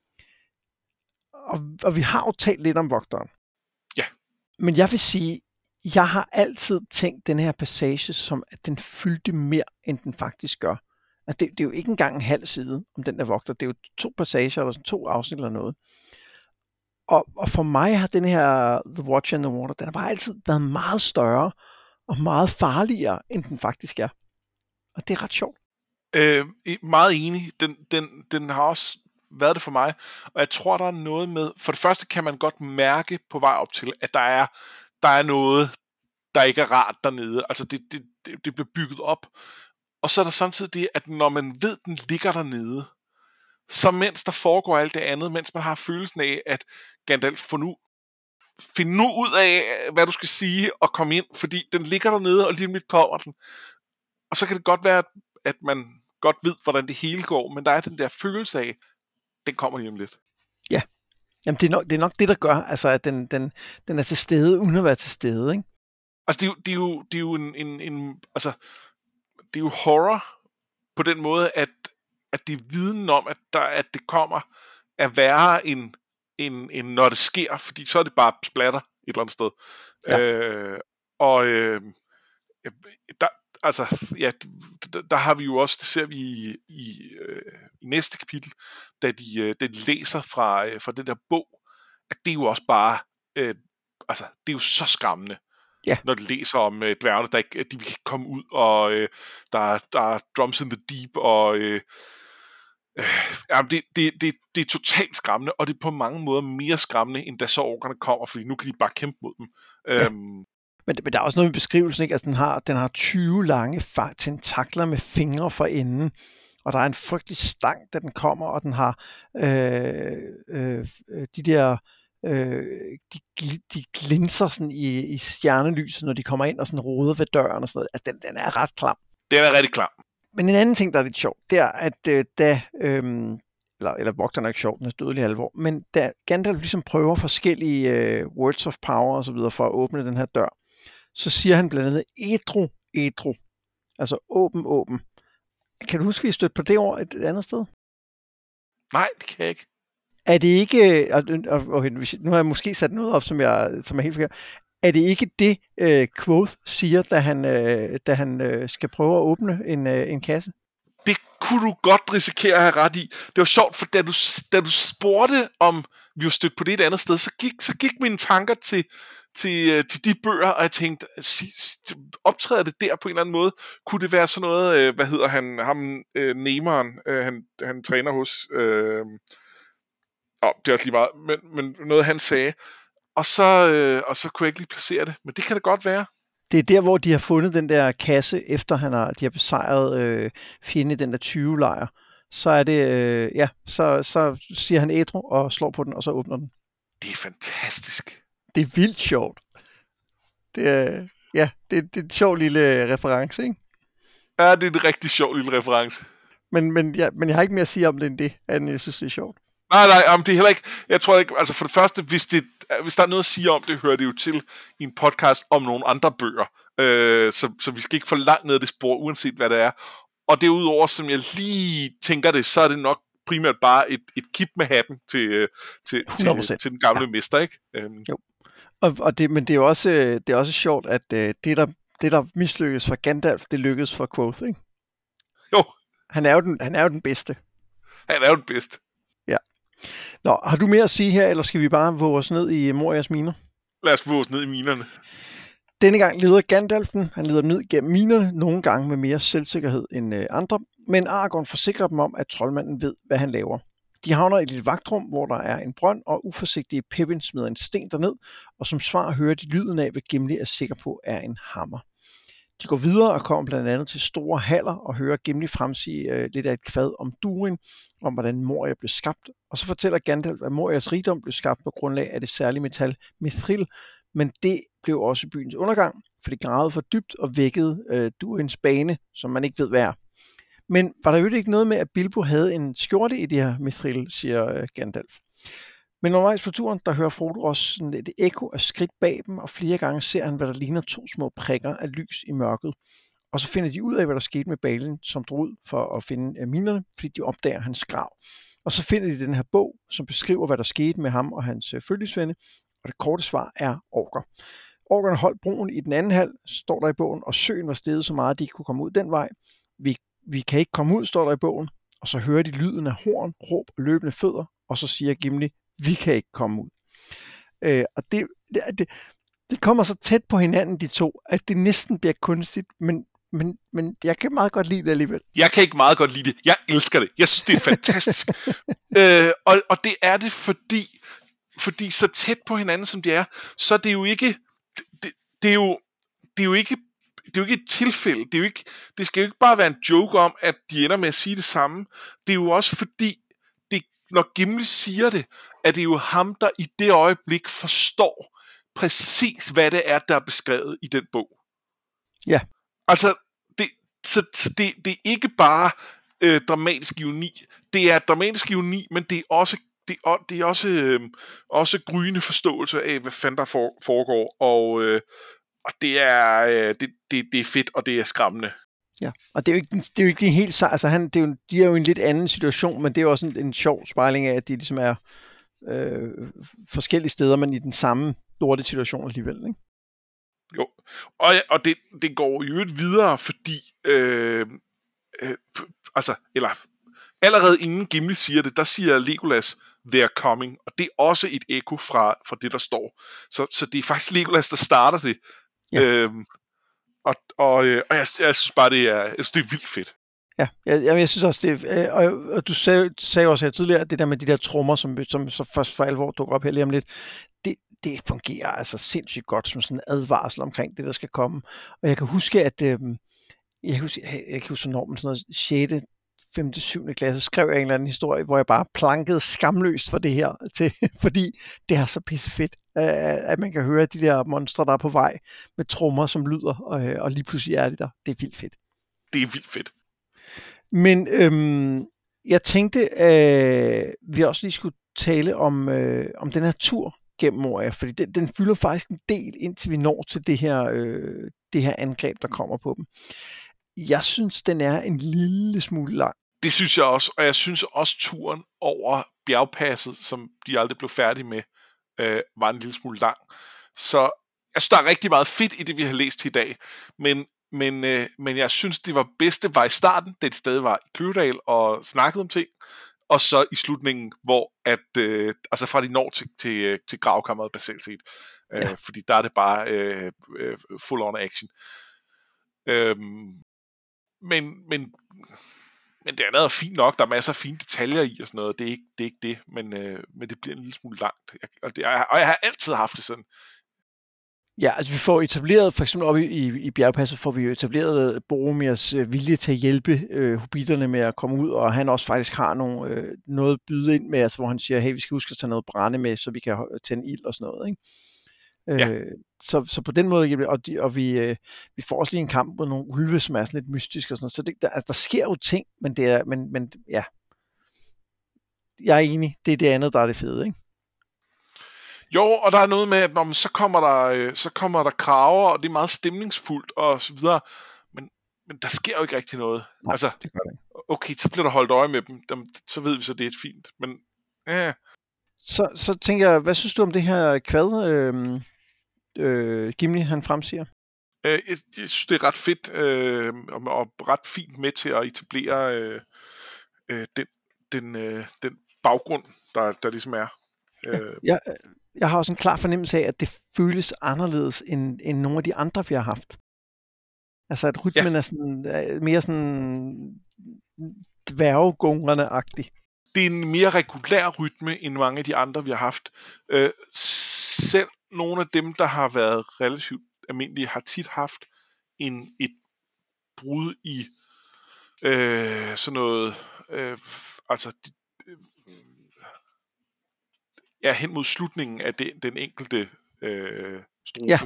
Speaker 1: Og vi har jo talt lidt om vogteren.
Speaker 2: Ja.
Speaker 1: Men jeg vil sige, jeg har altid tænkt den her passage som, at den fyldte mere, end den faktisk gør. At det er jo ikke engang en halv side om den der vogter. Det er jo 2 passager, eller sådan 2 afsnit eller noget. Og for mig har den her The Watcher in the Water, den har bare altid været meget større og meget farligere, end den faktisk er. Og det er ret sjovt.
Speaker 2: Meget enig. Den har også været det for mig. Og jeg tror, der er noget med... For det første kan man godt mærke på vej op til, at der er noget, der ikke er rart dernede. Altså, det bliver bygget op. Og så er der samtidig det, at når man ved, den ligger dernede, så mens der foregår alt det andet, mens man har følelsen af, at Gandalf find nu ud af, hvad du skal sige, og komme ind, fordi den ligger dernede, og lige om lidt kommer den. Og så kan det godt være, at man godt ved, hvordan det hele går, men der er den der følelse af, den kommer lige om lidt.
Speaker 1: Ja, jamen det er nok det, der gør, altså at den er til stede, uden at være til stede, ikke?
Speaker 2: Altså det er jo en altså det er jo horror på den måde, at det er viden om, at det kommer at være en når det sker, fordi så er det bare splatter et eller andet sted. Ja. Der har vi jo også, det ser vi i næste kapitel, da de læser fra den der bog, at det er jo også bare, det er jo så skræmmende. Ja. Når de læser om dværgene, de kan ikke komme ud, og der er drums in the deep, og det er totalt skræmmende, og det er på mange måder mere skræmmende, end da så orkerne kommer, fordi nu kan de bare kæmpe mod dem.
Speaker 1: Ja. Men der er også noget i beskrivelsen, ikke? Altså, den har 20 lange tentakler med fingre for enden, og der er en frygtelig stang, da den kommer, og den har de der de glinser sådan i stjernelyset, når de kommer ind og sådan roder ved døren og sådan noget. Altså, den er ret klam.
Speaker 2: Den er rigtig klam.
Speaker 1: Men en anden ting, der er lidt sjovt, det er, at eller vogteren er ikke sjovt, den er dødelig alvor, men da Gandalf ligesom prøver forskellige words of power og så videre for at åbne den her dør, så siger han blandt andet edru, altså åben. Kan du huske, at vi stødte på det ord et andet sted?
Speaker 2: Nej, det kan jeg ikke.
Speaker 1: Er det ikke, okay, nu har jeg måske sat noget op, som er helt forkert. Er det ikke det, Quoth siger, da han skal prøve at åbne en kasse?
Speaker 2: Det kunne du godt risikere at have ret i. Det var sjovt, for da du spurgte, om vi var stødt på det et andet sted, så gik mine tanker til de bøger, og jeg tænkte, optræder det der på en eller anden måde? Kunne det være sådan noget, hvad hedder han, Nemeren, han træner hos, det er også lige meget, men noget han sagde, og så kunne jeg ikke lige placere det, men det kan det godt være.
Speaker 1: Det er der, hvor de har fundet den der kasse, efter de har besejret fjenden i den der 20-lejr. Så er det, så siger han ædru og slår på den, og så åbner den.
Speaker 2: Det er fantastisk.
Speaker 1: Det er vildt sjovt. Det er en sjov lille reference, ikke?
Speaker 2: Ja, det er en rigtig sjov lille reference.
Speaker 1: Men jeg har ikke mere at sige om det end det, jeg synes, det er sjovt.
Speaker 2: Nej, det er heller ikke, jeg tror ikke, altså for det første, hvis der er noget at sige om det, hører det jo til i en podcast om nogle andre bøger, så vi skal ikke for langt ned ad det spor, uanset hvad det er. Og derudover, som jeg lige tænker det, så er det nok primært bare et kip med hatten til den gamle mester, ikke?
Speaker 1: Jo. Men det er også sjovt, at det der mislykkes for Gandalf, det lykkedes for Quoth, ikke?
Speaker 2: Jo.
Speaker 1: Han er jo den bedste.
Speaker 2: Han er jo den bedste.
Speaker 1: Ja. Nå, har du mere at sige her, eller skal vi bare våge os ned i Morias miner?
Speaker 2: Lad os våge os ned i minerne.
Speaker 1: Denne gang leder Gandalfen, han leder ned gennem minerne, nogle gange med mere selvsikkerhed end andre, men Aragorn forsikrer dem om, at troldmanden ved, hvad han laver. De havner i et lille vagtrum, hvor der er en brønd, og uforsigtige Pippin smider en sten derned, og som svar hører de lyden af, hvad Gimli er sikker på er en hammer. De går videre og kommer blandt andet til store haller og hører Gimli fremsige lidt af et kvad om Durin, om hvordan Moria blev skabt, og så fortæller Gandalf, at Morias rigdom blev skabt på grundlag af det særlige metal mithril, men det blev også byens undergang, for det gravede for dybt og vækkede Durins bane, som man ikke ved hvad er. Men var der jo ikke noget med, at Bilbo havde en skjorte i det her mithril, siger Gandalf. Men undervejs på turen, der hører Frodo også sådan et ekko af skridt bag dem, og flere gange ser han, hvad der ligner 2 små prikker af lys i mørket. Og så finder de ud af, hvad der skete med Balin, som drog ud for at finde minerne, fordi de opdager hans grav. Og så finder de den her bog, som beskriver, hvad der skete med ham og hans følgesvende, og det korte svar er orker. Orkerne holdt broen i den anden hal, står der i bogen, og søen var steget så meget, at de ikke kunne komme ud den vej. Vi kan ikke komme ud, står der i bogen, og så hører de lyden af horn, råb og løbende fødder, og så siger Gimli, vi kan ikke komme ud. Og det kommer så tæt på hinanden, de to, at det næsten bliver kunstigt, men jeg kan meget godt lide det alligevel.
Speaker 2: Jeg kan ikke meget godt lide det. Jeg elsker det. Jeg synes, det er fantastisk. Og det er det, fordi så tæt på hinanden, som det er, så er det jo ikke... Det er jo ikke et tilfælde. Det skal jo ikke bare være en joke om, at de ender med at sige det samme. Det er jo også fordi, når Gimli siger det, at det er jo ham, der i det øjeblik forstår præcis, hvad det er, der er beskrevet i den bog.
Speaker 1: Ja.
Speaker 2: Altså, det er ikke bare dramatisk ironi. Det er dramatisk ironi, men det er også gryende forståelse af, hvad fanden der foregår, og det er fedt, og det er skræmmende.
Speaker 1: Ja, og det er jo ikke helt altså de er jo i en lidt anden situation, men det er jo også en sjov spejling af, at de ligesom er forskellige steder, men i den samme lorte situation alligevel, ikke?
Speaker 2: Jo, og det går jo et videre, fordi allerede inden Gimli siger det, der siger Legolas, they're coming, og det er også et ekko fra det, der står. Så det er faktisk Legolas, der starter det. Ja. Og jeg synes bare, det er vildt fedt.
Speaker 1: Ja, jeg synes også, det er, og du sagde også her tidligere, at det der med de der trommer, som så først for alvor dukker op her lige om lidt, det fungerer altså sindssygt godt som sådan en advarsel omkring det, der skal komme. Og jeg kan huske, at jeg kan huske, når man sådan noget 6., 5., 7. klasse skrev jeg en eller anden historie, hvor jeg bare plankede skamløst for det her, fordi det er så pissefedt, at man kan høre de der monstre, der er på vej med trommer, som lyder, og lige pludselig er de der. Det er vildt fedt.
Speaker 2: Det er vildt fedt.
Speaker 1: Men jeg tænkte, vi også lige skulle tale om den her tur gennem Moria, fordi den fylder faktisk en del, indtil vi når til det her angreb, der kommer på dem. Jeg synes, den er en lille smule lang.
Speaker 2: Det synes jeg også, og jeg synes også turen over bjergpasset, som de aldrig blev færdige med, var en lille smule lang. Så jeg synes, der er rigtig meget fedt i det, vi har læst i dag, men jeg synes, det var bedste var i starten, da de stadig var i Kløvedal og snakkede om ting, og så i slutningen, hvor altså fra de når til gravkammeret basalt set. Fordi der er det bare full on action. Men det andet er fint nok. Der er masser af fine detaljer i og sådan noget. Det er ikke det, men det bliver en lille smule langt. Og jeg har altid haft det sådan.
Speaker 1: Ja, altså vi får etableret, for eksempel oppe i bjergpasset, får vi jo etableret Boromirs vilje til at hjælpe hobbiterne med at komme ud, og han også faktisk har noget at byde ind med, altså hvor han siger, hey, vi skal huske at tage noget brænde med, så vi kan tænde ild og sådan noget, ikke? Så på den måde, og vi får også lige en kamp mod nogle ulve, som er sådan lidt mystisk og sådan noget, så der sker jo ting, men ja, jeg er enig, det er det andet, der er det fede, ikke?
Speaker 2: Jo, og der er noget med, at så kommer der kraver, og det er meget stemningsfuldt og så videre, men der sker jo ikke rigtig noget.
Speaker 1: Nej,
Speaker 2: altså,
Speaker 1: det gør det ikke.
Speaker 2: Okay, så bliver der holdt øje med dem, så ved vi så, det er fint, men
Speaker 1: Så tænker jeg, hvad synes du om det her kvad, Gimli han fremsiger?
Speaker 2: Jeg synes, det er ret fedt og ret fint med til at etablere den baggrund, der ligesom er.
Speaker 1: Jeg har også en klar fornemmelse af, at det føles anderledes end nogle af de andre, vi har haft. Altså at rytmen er sådan, mere sådan dværgungerne-agtig.
Speaker 2: Det er en mere regulær rytme, end mange af de andre, vi har haft. Selv nogle af dem, der har været relativt almindelige, har tit haft et brud i sådan noget, altså hen mod slutningen af den enkelte strofe.
Speaker 1: Ja.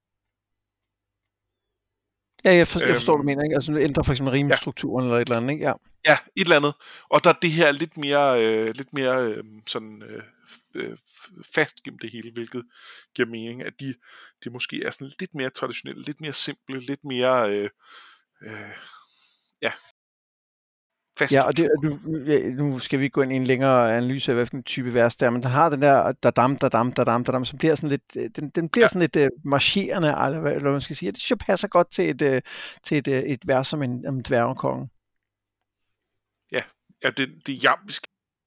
Speaker 1: Ja, jeg forstår, du mener, ikke? Altså ændrer for eksempel rimstrukturen eller et eller andet, ikke?
Speaker 2: Ja, et eller andet. Og der er det her lidt mere sådan fastgemt det hele, hvilket giver mening, at de måske er sådan lidt mere traditionelle, lidt mere simple, lidt mere fast.
Speaker 1: Ja, og nu skal vi ikke gå ind i en længere analyse af, hvilken type vers det er, men den har den der dadam, som bliver sådan lidt, den bliver sådan lidt marcherende, eller hvad man skal sige. Det synes jeg passer godt til et vers som en dværgekonge.
Speaker 2: Ja, det er jambisk.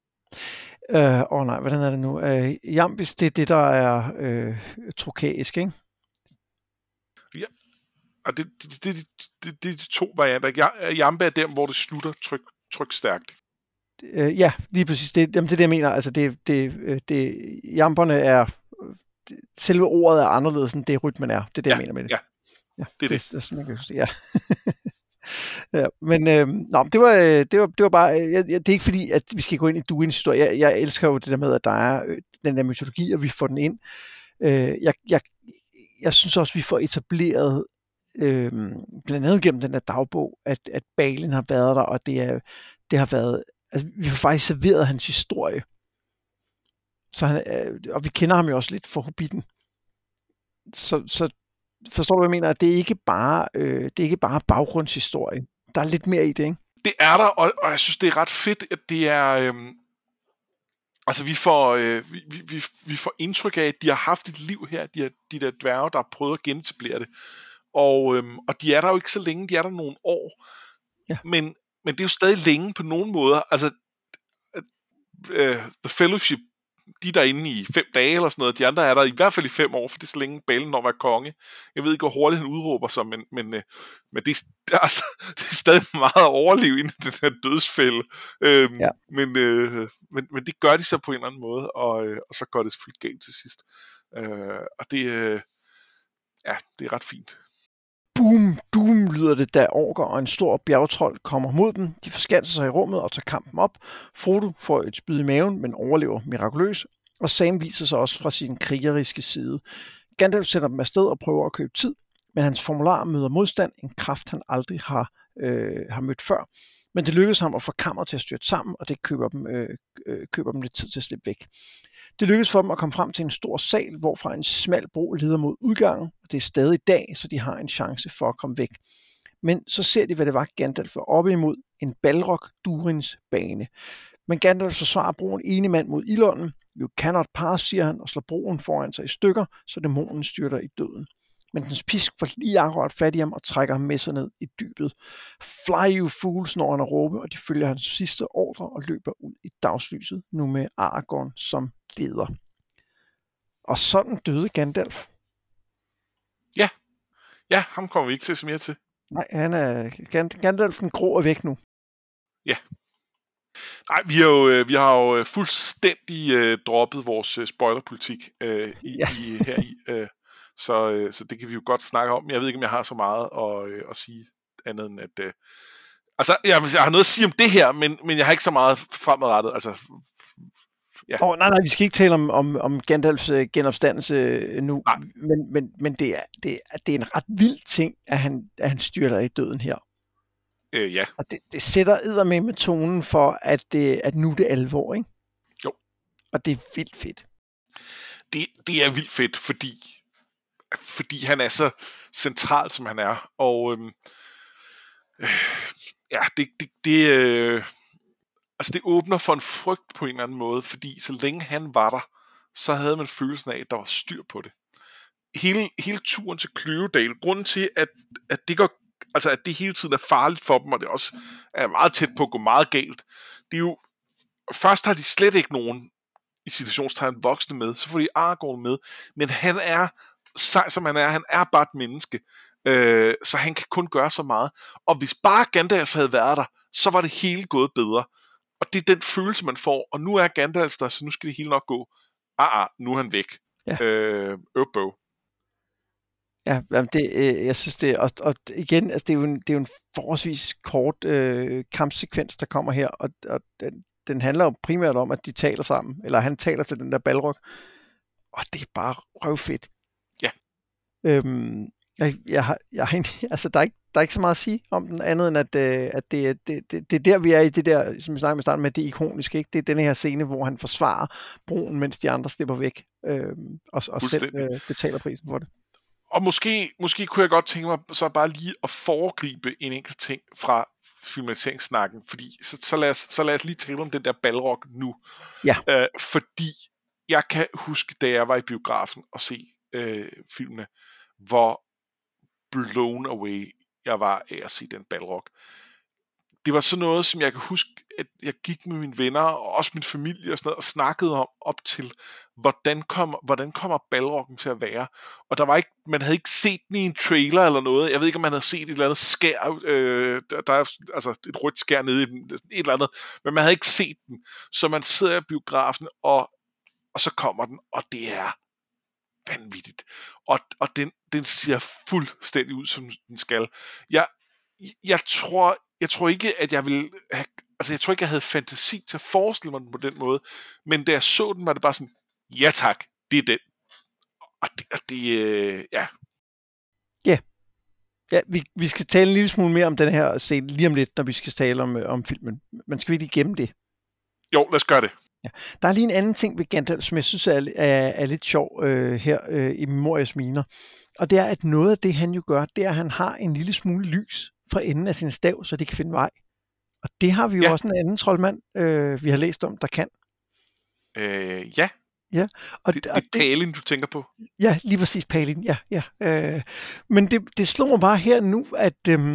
Speaker 1: Nej, hvordan er det nu? Jambisk, det er det, der er trokæisk, ikke?
Speaker 2: Ja, og det er de to varianter. Jambe er der, hvor det slutter trykstærkt.
Speaker 1: Ja, lige præcis. Det er det, jeg mener. Altså, jamperne er... Selve ordet er anderledes, end det rytmen er. Det er det, jeg mener med det.
Speaker 2: Ja, det er det.
Speaker 1: Det er sådan, man kan sige. Ja. Ja, men det var bare, det er ikke fordi, at vi skal gå ind i Duins historie. Jeg elsker jo det der med, at der er den der mytologi, og vi får den ind. Jeg synes også, vi får etableret, blandt andet gennem den der dagbog, at Balin har været der, og det har været, altså vi har faktisk serveret hans historie. Så og vi kender ham jo også lidt for Hobbiten. Så forstår du, hvad jeg mener? At det er ikke bare baggrundshistorie. Der er lidt mere i det, ikke?
Speaker 2: Det er der, og jeg synes, det er ret fedt, at det er... altså, vi får indtryk af, at de har haft et liv her, de der dværge, der har prøvet at genetablere det. Og de er der jo ikke så længe, de er der nogle år.
Speaker 1: Ja.
Speaker 2: Men det er jo stadig længe på nogen måder. Altså, The Fellowship, de er derinde i 5 dage eller sådan noget. De andre er der i hvert fald i 5 år, for det er så længe Balin når at være konge. Jeg ved ikke, hvor hurtigt han udråber sig, men det er stadig meget at overleve inden den her dødsfælde. Men det gør de så på en eller anden måde, og så går det selvfølgelig galt til sidst. Og det er ret fint.
Speaker 1: Boom, doom lyder det, da orker og en stor bjergtrold kommer mod dem. De forskanser sig i rummet og tager kampen op. Frodo får et spyd i maven, men overlever mirakuløst. Og Sam viser sig også fra sin krigeriske side. Gandalf sender dem afsted og prøver at købe tid, men hans formular møder modstand, en kraft han aldrig har mødt før. Men det lykkes ham at få kammeret til at styrte sammen, og det køber dem lidt tid til at slippe væk. Det lykkes for dem at komme frem til en stor sal, hvorfra en smal bro leder mod udgangen, og det er stadig dag, så de har en chance for at komme væk. Men så ser de, hvad det var, Gandalf var oppe imod, en Balrog Durins bane. Men Gandalf forsvarer broen enig mand mod ildånden. You cannot pass, siger han, og slår broen foran sig i stykker, så dæmonen styrter i døden. Men dens pisk får lige akkurat fat i ham og trækker ham med sig ned i dybet. Fly, you fools, når han at råbe, og de følger hans sidste ordre og løber ud i dagslyset, nu med Aragorn som leder. Og sådan døde Gandalf.
Speaker 2: Ja, ham kommer vi ikke til så mere til.
Speaker 1: Nej, han er Gandalf den grå er væk nu.
Speaker 2: Ja. Nej, vi har jo fuldstændig droppet vores spoilerpolitik her i. Så det kan vi jo godt snakke om. Jeg ved ikke, om jeg har så meget at sige andet end at... altså, jeg har noget at sige om det her, men jeg har ikke så meget fremadrettet. Altså, ja.
Speaker 1: Nej, vi skal ikke tale om Gandalfs genopstandelse nu, men det er en ret vild ting, at han styrter i døden her.
Speaker 2: Ja.
Speaker 1: Og det sætter eddermame med tonen for, at nu er det alvor, ikke?
Speaker 2: Jo.
Speaker 1: Og det er vildt fedt.
Speaker 2: Det er vildt fedt, fordi han er så central, som han er. Og det åbner for en frygt på en eller anden måde, fordi så længe han var der, så havde man følelsen af, at der var styr på det. Hele turen til Kløvedal, grunden til, at det går, altså at det hele tiden er farligt for dem, og det også er meget tæt på at gå meget galt, det er jo, først har de slet ikke nogen, i situationstegn, voksne med, så får de Aragorn med, men han er, sej som han er bare et menneske, så han kan kun gøre så meget, og hvis bare Gandalf havde været der, så var det hele gået bedre. Og det er den følelse, man får. Og nu er Gandalf der, så nu skal det hele nok gå. Nu er han væk.
Speaker 1: Ja. Ja, jeg synes det, og igen, altså det er jo en forholdsvis kort kampsekvens, der kommer her, og den handler jo primært om, at de taler sammen, eller han taler til den der Balrog, og det er bare røvfedt.
Speaker 2: Ja.
Speaker 1: Jeg har altså der er ikke så meget at sige om den, andet end at det er der, vi er i det der, som vi snakkede med starten med, det ikoniske, ikke? Det er denne her scene, hvor han forsvarer broen, mens de andre slipper væk, og selv betaler prisen for det.
Speaker 2: Og måske kunne jeg godt tænke mig så bare lige at foregribe en enkelt ting fra filmatiseringssnakken, fordi så lad os lige tale om den der Balrog nu.
Speaker 1: Ja.
Speaker 2: Fordi jeg kan huske, da jeg var i biografen og se filmene, hvor blown away jeg var af at se den Balrog. Det var sådan noget, som jeg kan huske, at jeg gik med mine venner, og også min familie og sådan noget, og snakkede om op til, hvordan kommer Balroggen til at være. Og man havde ikke set den i en trailer eller noget. Jeg ved ikke, om man havde set et eller andet skær, der er altså et rødt skær nede i den, et eller andet, men man havde ikke set den. Så man sidder i biografen, og så kommer den, og det er vanvittigt. Og den ser fuldstændig ud, som den skal. Jeg tror ikke, at jeg ville have, altså jeg tror ikke, jeg havde fantasi til at forestille mig den på den måde, men da jeg så den, var det bare sådan, ja tak, det er den. Og det ja.
Speaker 1: Ja, vi skal tale en lille smule mere om den her scene lige om lidt, når vi skal tale om filmen. Men skal vi lige gemme det?
Speaker 2: Jo, lad os gøre det.
Speaker 1: Ja. Der er lige en anden ting ved Gandalf, som jeg synes er lidt sjov her i Memorias Miner. Og det er, at noget af det, han jo gør, det er, at han har en lille smule lys fra enden af sin stav, så de kan finde vej. Og det har vi jo også en anden troldmand, vi har læst om, der kan.
Speaker 2: Ja.
Speaker 1: Ja. Og
Speaker 2: det er Palin, du tænker på?
Speaker 1: Ja, lige præcis Palin, ja. Men det slår mig bare her nu, at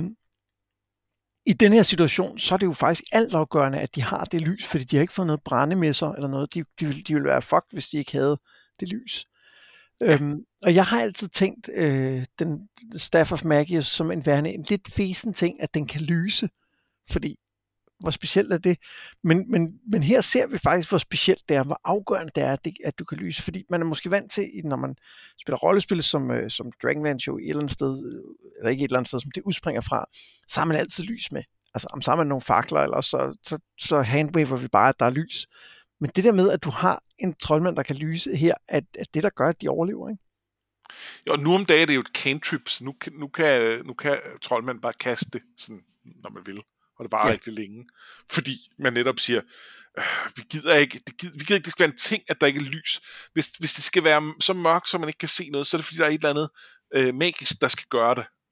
Speaker 1: i den her situation, så er det jo faktisk altafgørende, at de har det lys, fordi de har ikke fået noget brænde med sig, eller noget. De ville være fucked, hvis de ikke havde det lys. Ja. Og jeg har altid tænkt den Staff of Magius som en lidt fesen ting, at den kan lyse, fordi hvor specielt er det. Men her ser vi faktisk, hvor specielt det er, hvor afgørende det er, at du kan lyse, fordi man er måske vant til, når man spiller rollespil, som Dragonlance jo et eller andet sted, eller ikke et eller andet sted, som det udspringer fra, så har man altid lys med. Altså, så har man nogle fakler, eller så handwaver vi bare, at der er lys. Men det der med, at du har en troldmand, der kan lyse her, er det, der gør, at de overlever, ikke?
Speaker 2: Jo, nu om dagen er det jo et cantrip, så nu kan troldmand bare kaste det, sådan, når man vil. Og det varer rigtig længe. Fordi man netop siger, vi gider ikke, det skal være en ting, at der ikke er lys. Hvis det skal være så mørkt, så man ikke kan se noget, så er det fordi, der er et eller andet magisk, der skal gøre det.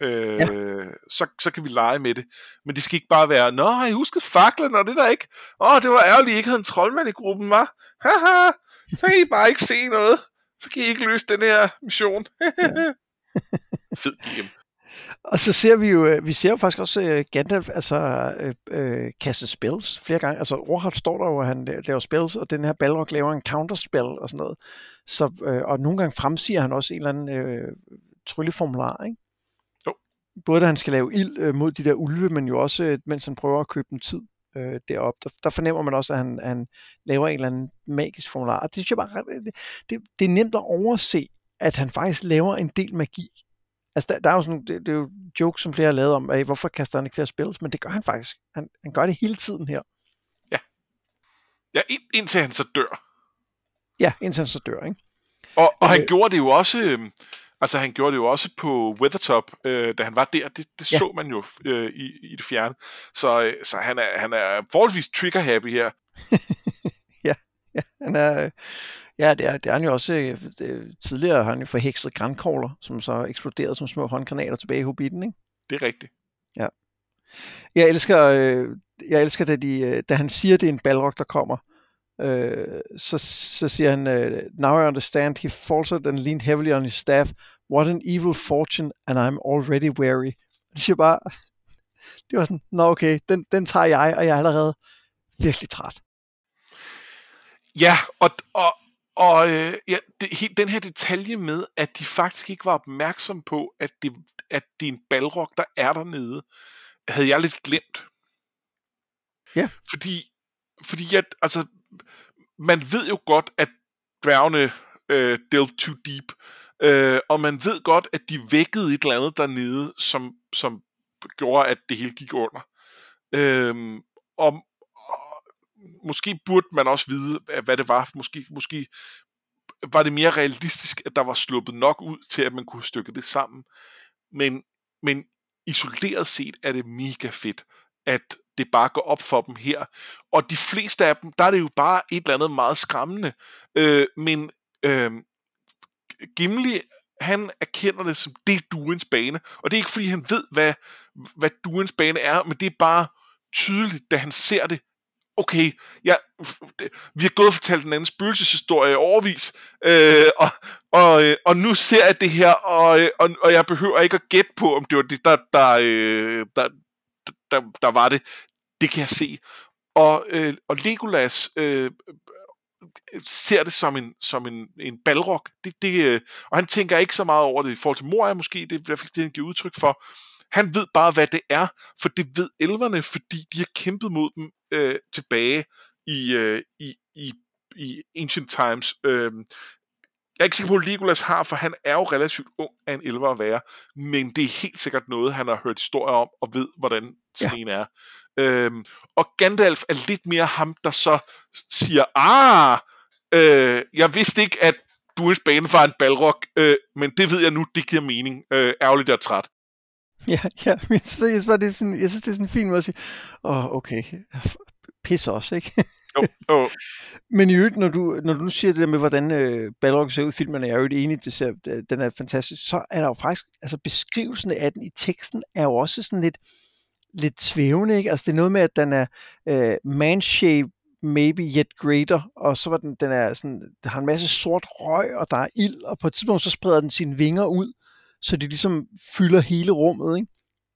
Speaker 1: Ja.
Speaker 2: Så kan vi lege med det. Men det skal ikke bare være, nå, har I husket faklen, og det der ikke? Det var ærgerligt, I ikke havde en troldmand i gruppen, var? Haha, så kan I bare ikke se noget. Så kan I ikke løse den her mission. Fed game.
Speaker 1: Og så ser vi ser jo faktisk også Gandalf kaste spells flere gange. Altså ordret står der jo, at han laver spells, og den her Balrog laver en counterspell og sådan noget. Så, og nogle gange fremsiger han også en eller anden trylleformular, ikke?
Speaker 2: Jo.
Speaker 1: Både da han skal lave ild mod de der ulve, men jo også, mens han prøver at købe dem tid derop. Der fornemmer man også, at han laver en eller anden magisk formular. Og det synes jeg bare, det er nemt at overse, at han faktisk laver en del magi. Altså, der er jo sådan, det er jo jokes, som flere har lavet om, hvorfor kaster han ikke flere spells, men det gør han faktisk. Han gør det hele tiden her.
Speaker 2: Ja, indtil han så dør.
Speaker 1: Ja, indtil han så dør, ikke?
Speaker 2: Og han gjorde det jo også, han gjorde det jo også på Weathertop, da han var der. Det så man jo i det fjerne. Så han er forholdsvis trigger-happy her.
Speaker 1: ja, han er... Ja, det er han jo også. Tidligere har han jo forhekset grankogler, som så eksploderede som små håndgranater tilbage i Hobbiten, ikke?
Speaker 2: Det er rigtigt.
Speaker 1: Ja. Jeg elsker da han siger, det er en Balrog, der kommer. Så siger han, now I understand, he faltered and leaned heavily on his staff. What an evil fortune, and I'm already weary. Det siger bare, det var sådan, nå okay, den tager jeg, og jeg er allerede virkelig træt.
Speaker 2: Ja, den her detalje med, at de faktisk ikke var opmærksom på, at det er en Balrog, der er dernede, havde jeg lidt glemt.
Speaker 1: Ja.
Speaker 2: Fordi man ved jo godt, at dværgene delved too deep, og man ved godt, at de vækkede et eller andet dernede, som gjorde, at det hele gik under. Og måske burde man også vide, hvad det var. Måske var det mere realistisk, at der var sluppet nok ud til, at man kunne stykke det sammen. Men isoleret set er det mega fedt, at det bare går op for dem her. Og de fleste af dem, der er det jo bare et eller andet meget skræmmende. Men Gimli, han erkender det som, det er Duins bane. Og det er ikke, fordi han ved, hvad Duins bane er, men det er bare tydeligt, da han ser det. Okay, vi har gået og fortalt en anden spøgelseshistorie i overvis, og nu ser jeg det her, og jeg behøver ikke at gætte på, om det var det, der var det. Det kan jeg se. Og Legolas ser det som en balrog. Og han tænker ikke så meget over det i forhold til Moria måske, det er i hvert fald det, han giver udtryk for. Han ved bare, hvad det er, for det ved elverne, fordi de har kæmpet mod dem tilbage i Ancient Times. Jeg er ikke sikker på, at Legolas har, for han er jo relativt ung af en elver at være, men det er helt sikkert noget, han har hørt historier om, og ved, hvordan sådan en er. Og Gandalf er lidt mere ham, der så siger, jeg vidste ikke, at Duins bane var en balrog, men det ved jeg nu, det giver mening. Ærgerligt og træt.
Speaker 1: Ja, jeg synes, det er sådan en fin måde at sige, okay, pis også, ikke?
Speaker 2: Jo.
Speaker 1: Men i øvrigt, når du nu siger det der med, hvordan Balrog ser ud i filmen, er jeg jo enig, den er fantastisk, så er der jo faktisk, altså beskrivelsen af den i teksten, er jo også sådan lidt svævende, ikke? Altså det er noget med, at den er man-shaped, maybe yet greater, og så var den er sådan, der har en masse sort røg, og der er ild, og på et tidspunkt så spreder den sine vinger ud, så de ligesom fylder hele rummet, ikke?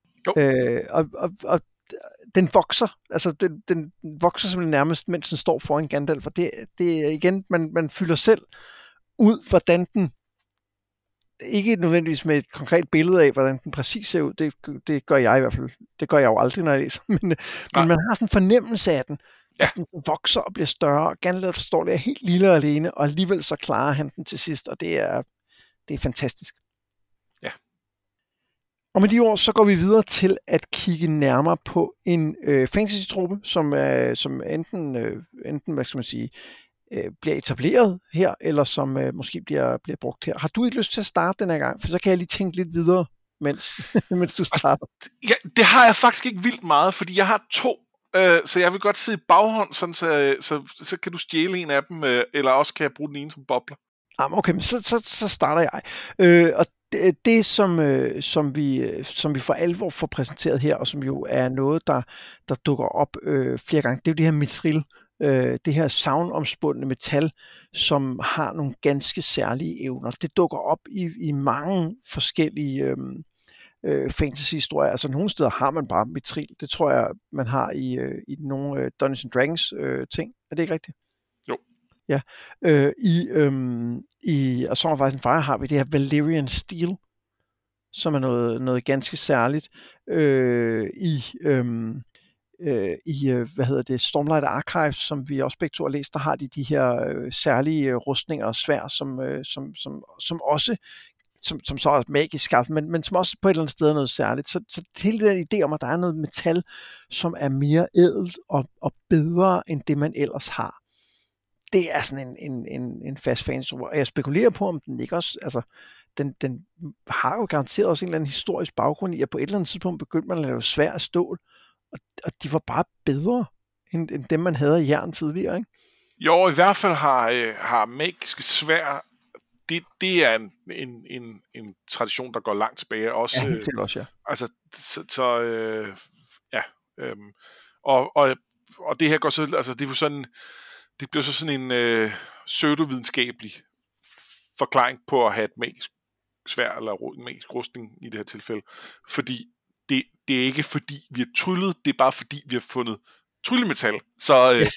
Speaker 1: Og den vokser, altså den vokser simpelthen nærmest, mens den står foran Gandalf, og det er igen, man fylder selv ud, hvordan den, ikke nødvendigvis med et konkret billede af, hvordan den præcis ser ud, det gør jeg i hvert fald, det gør jeg jo aldrig, når jeg læser, men man har sådan en fornemmelse af den, at den vokser og bliver større, og Gandalf står der helt lille og alene, og alligevel så klarer han den til sidst, og det er fantastisk.
Speaker 2: Ja.
Speaker 1: Og med de ord, så går vi videre til at kigge nærmere på en fantasy-truppe, som enten, hvad skal man sige, bliver etableret her, eller som måske bliver brugt her. Har du ikke lyst til at starte den her gang? For så kan jeg lige tænke lidt videre, mens du starter.
Speaker 2: Ja, det har jeg faktisk ikke vildt meget, fordi jeg har 2, så jeg vil godt sidde i baghånd, sådan, så kan du stjæle en af dem, eller også kan jeg bruge den ene som bobler.
Speaker 1: Okay, men så starter jeg. Og Det som vi for alvor får præsenteret her, og som jo er noget, der dukker op flere gange, det er jo det her mithril, det her savnomspundne metal, som har nogle ganske særlige evner. Det dukker op i mange forskellige fantasy-historier. Altså nogle steder har man bare mithril. Det tror jeg, man har i nogle Dungeons and Dragons ting. Er det ikke rigtigt?
Speaker 2: Jo.
Speaker 1: Ja. I A Song of Ice and Fire har vi det her Valyrian Steel, som er noget ganske særligt. Hvad hedder det, Stormlight Archives, som vi også begge to har læst, der har de her særlige rustninger og sværd, som også som så er magisk skabt, men som også på et eller andet sted er noget særligt. Så hele den idé om, at der er noget metal, som er mere ædelt og bedre end det, man ellers har, det er sådan en fast fantasy. Og jeg spekulerer på, om den ikke også, altså, den har jo garanteret også en eller anden historisk baggrund i, at på et eller andet tidspunkt begyndte man at lave sværd af stål, og de var bare bedre, end dem, man havde i jern tidligere, ikke?
Speaker 2: Jo, i hvert fald har magiske sværd, det er en tradition, der går langt tilbage. Også,
Speaker 1: ja, helt også, ja.
Speaker 2: Altså, ja. Og det her går så, altså det er sådan, det bliver så sådan en pseudovidenskabelig forklaring på at have et magisk sværd, eller en magisk rustning i det her tilfælde. Fordi det er ikke fordi, vi har tryllet, det er bare fordi, vi har fundet tryllemetal. Så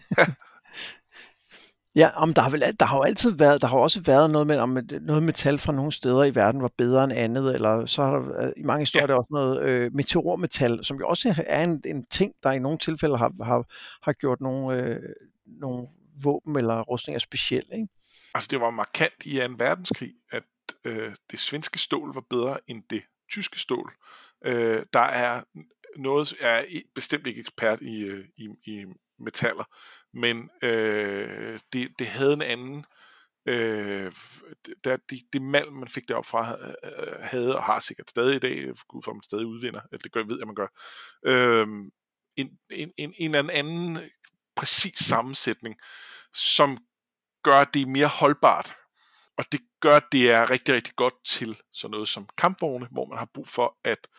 Speaker 1: ja, om der har jo altid været, der har også været noget med, om noget metal fra nogle steder i verden var bedre end andet, eller så har der i mange historier der også noget meteormetal, som jo også er en ting, der i nogle tilfælde har gjort nogle våben eller rustninger specielle, ikke?
Speaker 2: Altså det var markant i 2. verdenskrig, at det svenske stål var bedre end det tyske stål. Der er noget, jeg er bestemt ikke ekspert i metaller, men det havde en anden, det malm, man fik derop fra, havde og har sikkert stadig i dag, ud fra man stadig udvinder, det ved jeg, man gør, en eller anden præcis sammensætning, som gør, at det er mere holdbart. Og det gør, at det er rigtig, rigtig godt til sådan noget som kampvogne, hvor man har brug for,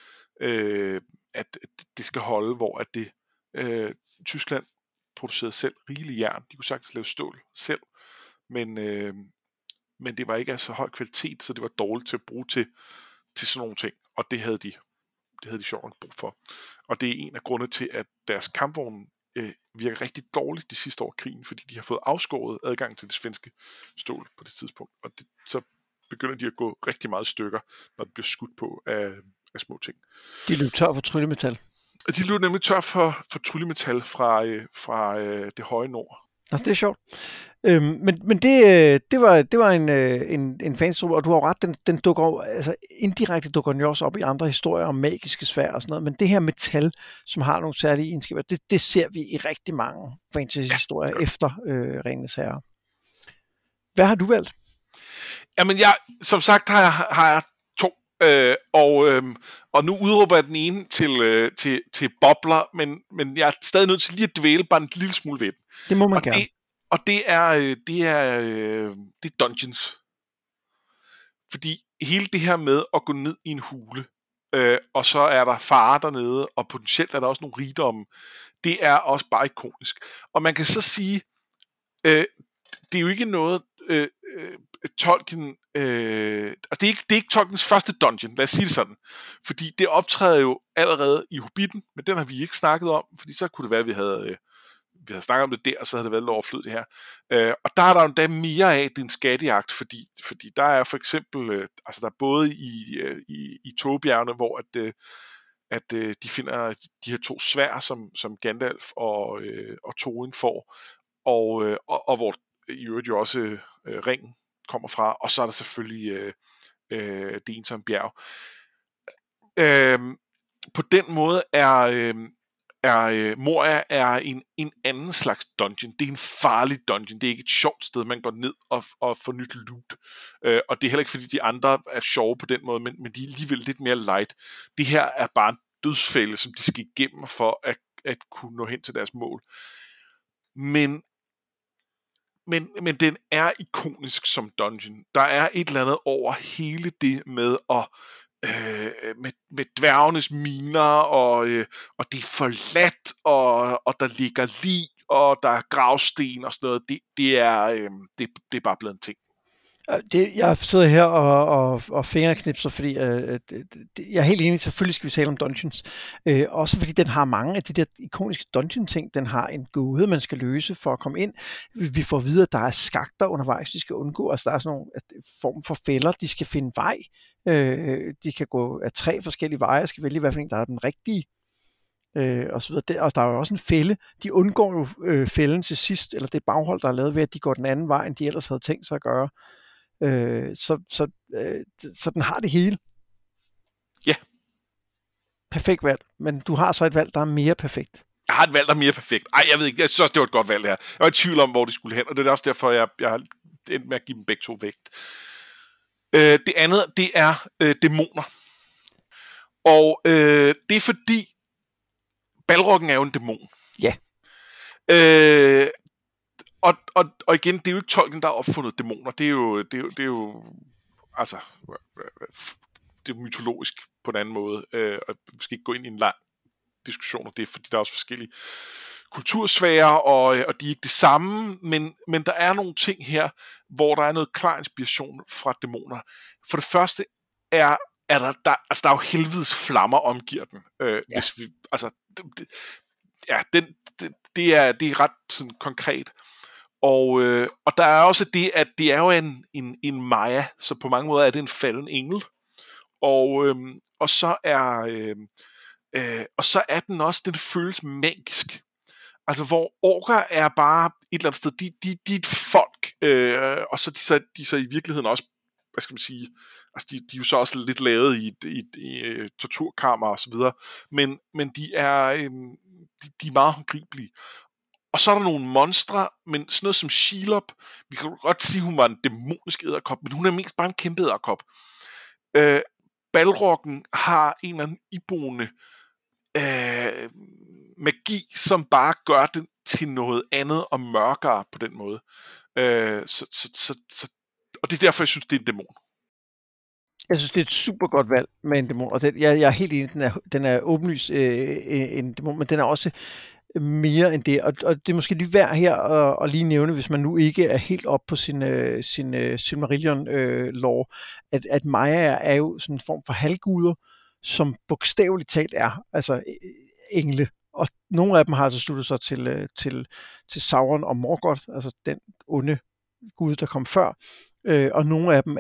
Speaker 2: at det skal holde, hvor at det Tyskland producerede selv rigelig jern. De kunne sagtens lave stål selv, men det var ikke af så høj kvalitet, så det var dårligt til at bruge til sådan nogle ting. Og det havde de sjovt nok brug for. Og det er en af grundene til, at deres kampvogne virker rigtig dårligt de sidste år af krigen, fordi de har fået afskåret adgang til det svenske stål på det tidspunkt. Og så begynder de at gå rigtig meget stykker, når det bliver skudt på af små ting.
Speaker 1: De løb tør for tryllemetal.
Speaker 2: De løb nemlig tør for tryllemetal fra det høje nord.
Speaker 1: Altså, det er sjovt. Men det var en fantasy, og du har ret, den dukker, altså indirekte dukker den jo også op i andre historier om magiske sværd og sådan noget, men det her metal, som har nogle særlige egenskaber, det ser vi i rigtig mange fantasy-historier efter Ringenes Herre. Hvad har du valgt?
Speaker 2: Jamen, som sagt har jeg 2, og nu udråber jeg den ene til bobler, men jeg er stadig nødt til lige at dvæle bare en lille smule ved den.
Speaker 1: Det må man gerne.
Speaker 2: Og det er dungeons. Fordi hele det her med at gå ned i en hule, og så er der farer dernede, og potentielt er der også nogle rigdomme, det er også bare ikonisk. Og man kan så sige, det er jo ikke noget, Tolkien, altså det er ikke Tolkiens første dungeon, lad os sige det sådan, fordi det optræder jo allerede i Hobbiten, men den har vi ikke snakket om, fordi så kunne det være, at vi havde snakket om det der, og så havde det været lidt overflødigt det her. Og der er der jo endda mere af, det er en skattejagt, fordi der er for eksempel, altså der er både i Togebjergene, hvor at de finder de her 2 sværd, som Gandalf og Thorin får, og hvor i øvrigt jo også ringen kommer fra, og så er der selvfølgelig det ensomme bjerg. På den måde Moria er en anden slags dungeon. Det er en farlig dungeon. Det er ikke et sjovt sted, man går ned og får nyt loot. Og det er heller ikke, fordi de andre er sjove på den måde, men de er alligevel lidt mere light. Det her er bare en dødsfælde, som de skal igennem for at kunne nå hen til deres mål. Men men den er ikonisk som dungeon. Der er et eller andet over hele det med at med dværgenes miner, og det er forladt, og der ligger lig, og der er gravsten og sådan noget. Det er bare blevet en ting.
Speaker 1: Jeg sidder her og fingerknipser, fordi jeg er helt enig, selvfølgelig skal vi tale om dungeons. Også fordi den har mange af de der ikoniske dungeon-ting. Den har en gåde, man skal løse for at komme ind. Vi får videre, at der er skakter undervejs, de skal undgå. Altså der er sådan nogle form for fælder, de skal finde vej. De kan gå af 3 forskellige veje, og skal vælge, hvad for en, der er den rigtige. Og så videre. Og der er jo også en fælde. De undgår jo fælden til sidst, eller det baghold, der er lavet ved, at de går den anden vej, end de ellers havde tænkt sig at gøre. Så den har det hele.
Speaker 2: Ja.
Speaker 1: Perfekt valg. Men du har så et valg, der er mere perfekt.
Speaker 2: Jeg har et valg, der er mere perfekt. Jeg ved ikke. Jeg synes også, det var et godt valg her. Jeg var i tvivl om, hvor de skulle hen, og det er også derfor, jeg har endt med at give dem begge 2 vægt. Det andet, det er dæmoner. Og det er fordi, Balrogen er jo en dæmon.
Speaker 1: Ja.
Speaker 2: Og igen, det er jo ikke Tolkien, der har opfundet dæmoner. Det er jo altså, det er mytologisk på en anden måde. Og vi skal ikke gå ind i en lang diskussion om det, fordi der er også forskellige kultursfærer, og de er ikke det samme, men der er nogle ting her, hvor der er noget klar inspiration fra dæmoner. For det første er der er jo helvedes flammer omgiver den. Hvis vi, altså, det er ret sådan konkret. Og der er også det, at det er jo en Maja, så på mange måder er det en falden engel. Og så er den også, den føles magisk. Altså hvor orker er bare et eller andet sted, de er et folk, og så de så i virkeligheden også, hvad skal man sige, altså de er jo så også lidt lavet i et torturkammer og så videre, men de er meget håndgribelige. Og så er der nogle monstre, men sådan noget som Shelob, vi kan godt sige, hun var en dæmonisk edderkop, men hun er mest bare en kæmpe edderkop. Balrogen har en eller anden iboende magi, som bare gør det til noget andet og mørkere på den måde. Og det er derfor, jeg synes, det er en dæmon.
Speaker 1: Jeg synes, det er et super godt valg med en dæmon, og jeg er helt enig, den er åbenlyst en dæmon, men den er også mere end det, og det er måske lige værd her at lige nævne, hvis man nu ikke er helt op på sin Silmarillion-lore, at Maja er jo sådan en form for halvguder, som bogstaveligt talt er, altså engle, og nogle af dem har altså sluttet sig til Sauron og Morgoth, altså den onde gud, der kom før, og nogle af dem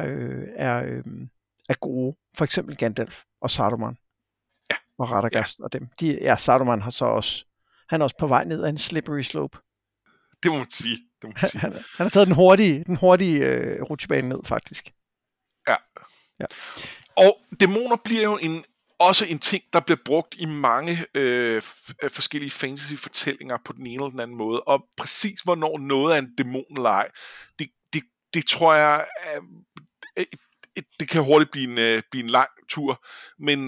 Speaker 1: er gode, for eksempel Gandalf og Saruman og Radagast og dem. Saruman har så også, han er også på vej ned ad en slippery slope.
Speaker 2: Det må man sige.
Speaker 1: Han har taget den hurtige rutsjebane ned, faktisk.
Speaker 2: Ja. Og dæmoner bliver jo også en ting, der bliver brugt i mange forskellige fantasy-fortællinger på den ene eller den anden måde. Og præcis hvornår noget er en dæmonleg, det tror jeg, det kan hurtigt blive en lang tur. Men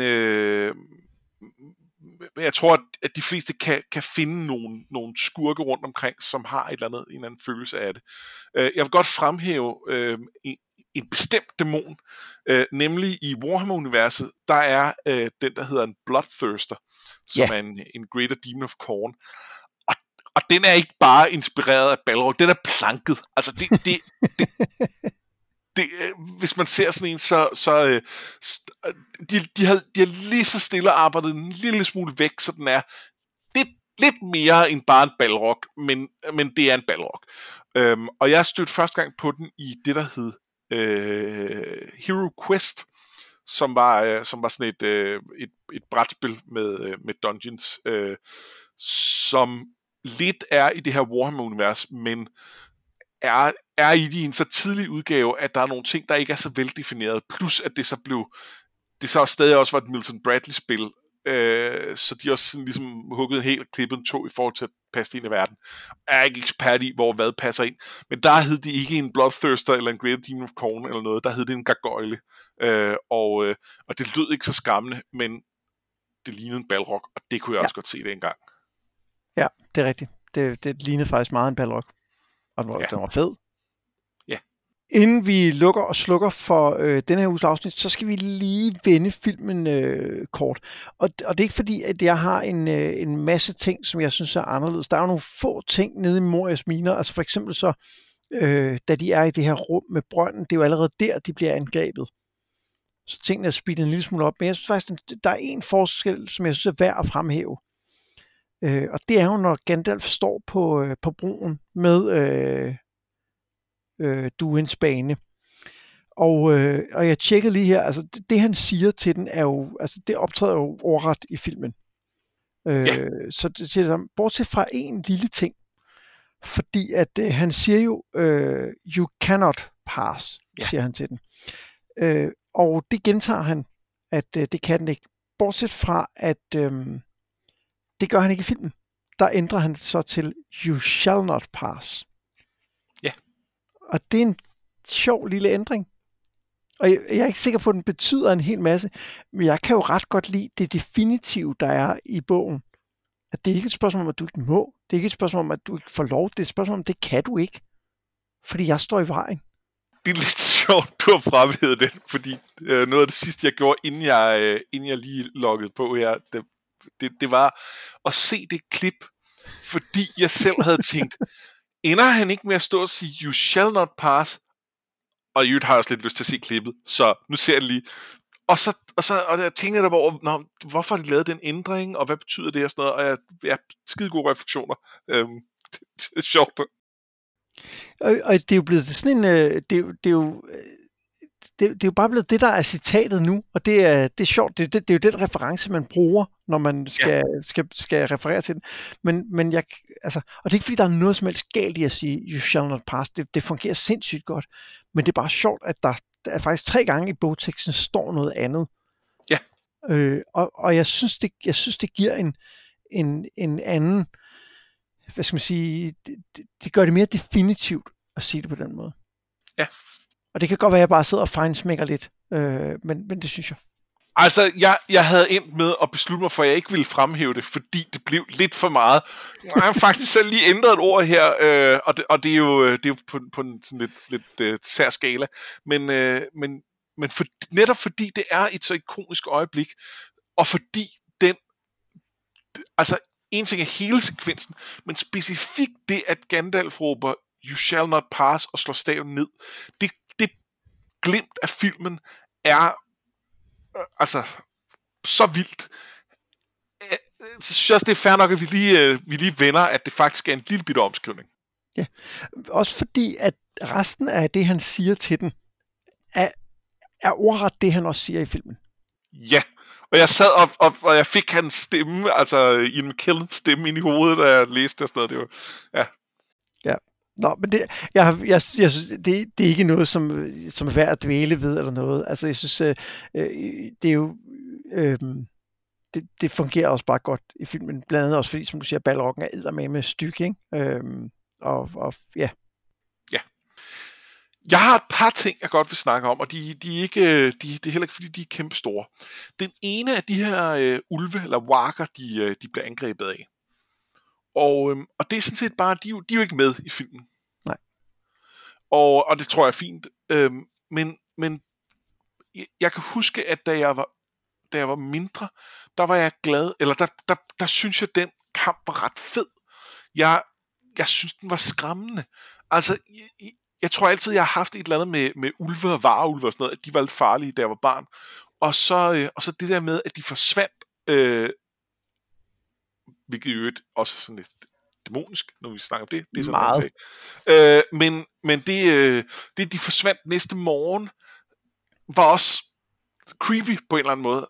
Speaker 2: jeg tror, at de fleste kan finde nogle skurke rundt omkring, som har en eller anden følelse af det. Jeg vil godt fremhæve en bestemt dæmon, nemlig i Warhammer-universet, der er den, der hedder en Bloodthirster, som er en Greater Demon of Khorne. Og den er ikke bare inspireret af Balrog, den er planket. Altså hvis man ser sådan en, så de har lige så stille arbejdet en lille smule væk, så den er lidt mere end bare en Balrog, men det er en Balrog. Og jeg stødte første gang på den i det, der hed Hero Quest, som var sådan et brætspil med dungeons, som lidt er i det her Warhammer-univers, men er i en så tidlig udgave, at der er nogle ting, der ikke er så veldefineret, plus at det så stadig også var et Milton Bradley-spil, så de også sådan ligesom hugget helt klippet en tog i forhold til at passe ind i verden. Jeg er ikke ekspert i, hvor hvad passer ind, men der hed det ikke en Bloodthirster eller en Greater Demon of Khorne eller noget, der hed det en gargoyle, og det lød ikke så skræmmende, men det lignede en Balrog, og det kunne jeg også godt se det engang.
Speaker 1: Ja, det er rigtigt. Det lignede faktisk meget en Balrog. og den var fed.
Speaker 2: Ja.
Speaker 1: Inden vi lukker og slukker for denne her uges afsnit, så skal vi lige vende filmen kort. Og det er ikke fordi, at jeg har en masse ting, som jeg synes er anderledes. Der er jo nogle få ting nede i Morias miner. Altså for eksempel så, da de er i det her rum med brønden, det er jo allerede der, de bliver angrebet. Så tingene er speedet en lille smule op. Men jeg synes faktisk, der er en forskel, som jeg synes er værd at fremhæve. Og det er jo, når Gandalf står på broen med Duins bane. Og jeg tjekkede lige her, altså det han siger til den er jo, altså det optræder jo ordret i filmen. Så det siger bortset fra en lille ting, fordi at han siger jo, you cannot pass, siger han til den. Og det gentager han, at det kan den ikke. Bortset fra, at det gør han ikke i filmen. Der ændrer han så til, you shall not pass.
Speaker 2: Ja.
Speaker 1: Og det er en sjov lille ændring. Og jeg er ikke sikker på, at den betyder en hel masse, men jeg kan jo ret godt lide det definitive, der er i bogen. At det er ikke et spørgsmål om, at du ikke må. Det er ikke et spørgsmål om, at du ikke får lov. Det er et spørgsmål om, det kan du ikke. Fordi jeg står i vejen.
Speaker 2: Det er lidt sjovt, du har fremhævet den, fordi noget af det sidste, jeg gjorde, inden jeg lige loggede på her, det var at se det klip, fordi jeg selv havde tænkt, ender han ikke med at stå og sige, you shall not pass, og i øvrigt har jeg også lidt lyst til at se klippet, så nu ser jeg det lige. Og jeg tænkte der over, hvorfor har de lavet den ændring, og hvad betyder det og sådan noget, og jeg skide gode refleksioner. Det er sjovt.
Speaker 1: Og det er jo blevet sådan en, det er jo bare blevet det, der er citatet nu, og det er sjovt. Det er jo den reference, man bruger, når man skal referere til den. Men jeg, altså, og det er ikke fordi, der er noget som helst galt i at sige, you shall not pass. Det fungerer sindssygt godt. Men det er bare sjovt, at der er faktisk 3 gange i bogteksten står noget andet.
Speaker 2: Ja.
Speaker 1: Og jeg synes, det giver en anden, hvad skal man sige, det gør det mere definitivt at sige det på den måde.
Speaker 2: Ja.
Speaker 1: Og det kan godt være, at jeg bare sidder og fejnsmækker lidt, men det synes jeg.
Speaker 2: Altså, jeg havde endt med at beslutte mig for, at jeg ikke ville fremhæve det, fordi det blev lidt for meget. Jeg har faktisk selv lige ændret et ord her, og det er jo på en sådan lidt sær skala. Men netop fordi det er et så ikonisk øjeblik, og fordi altså en ting er hele sekvensen, men specifikt det, at Gandalf råber, you shall not pass, og slår staven ned, det glimt af filmen er altså så vildt. Så synes jeg også, det er fair nok, at vi lige vender, at det faktisk er en lille bitte omskrivning.
Speaker 1: Ja, også fordi, at resten af det, han siger til den, er ordret det, han også siger i filmen.
Speaker 2: Ja, og jeg sad og jeg fik hans stemme, altså Ian McKellens stemme ind i hovedet, da jeg læste og sådan noget. Det var, ja.
Speaker 1: Ja. Nå, men jeg synes, det er ikke noget, som er værd at dvæle ved eller noget. Altså, jeg synes, det er jo... det fungerer også bare godt i filmen. Blandt andet også fordi, som du siger, Balrogen er eddermame styk, ikke? Og ja.
Speaker 2: Ja. Jeg har et par ting, jeg godt vil snakke om, og de er heller ikke, fordi de er kæmpe store. Den ene af de her ulve, eller warker, de bliver angrebet af. Og det er sådan set bare, de er jo ikke med i filmen.
Speaker 1: Nej.
Speaker 2: Og det tror jeg er fint. Men jeg kan huske, at da jeg var mindre, der var jeg glad, eller der synes jeg, den kamp var ret fed. Jeg synes, den var skræmmende. Altså, jeg tror altid, jeg har haft et eller andet med ulve og varulve og sådan noget, at de var lidt farlige, da jeg var barn. Og så det der med, at de forsvandt, hvilket jo også sådan lidt dæmonisk, når vi snakker om det. Det er sådan meget. Men det, de forsvandt næste morgen, var også creepy på en eller anden måde.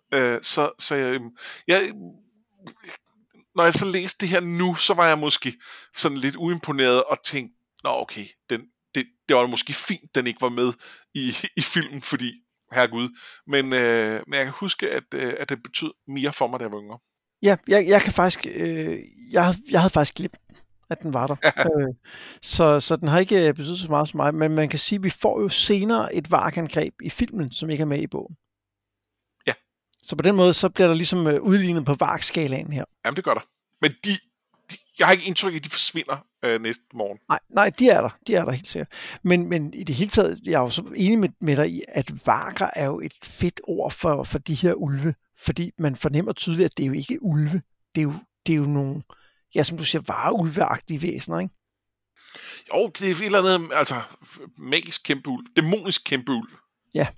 Speaker 2: Når jeg så læste det her nu, så var jeg måske sådan lidt uimponeret og tænkte, nå okay, det var måske fint, den ikke var med i filmen, fordi, herregud. Men jeg kan huske, at det betød mere for mig, da jeg var yngre.
Speaker 1: Ja, jeg kan faktisk, jeg havde faktisk glemt, at den var der. Så den har ikke betydet så meget for mig, men man kan sige, at vi får jo senere et varkangreb i filmen, som ikke er med i bogen.
Speaker 2: Ja.
Speaker 1: Så på den måde, så bliver der ligesom udlignet på varkskalaen her.
Speaker 2: Jamen, det gør der. Men jeg har ikke indtryk af, at de forsvinder næste morgen.
Speaker 1: Nej, de er der helt sikkert. Men i det hele taget, jeg er jo så enig med dig i, at varker er jo et fedt ord for de her ulve, fordi man fornemmer tydeligt, at det er jo ikke ulve. Det er jo nogle, ja, som du siger, varulveagtige væsener, ikke?
Speaker 2: Jo, det er et eller andet, altså magisk kæmpeulv, dæmonisk kæmpeulv.
Speaker 1: Ja.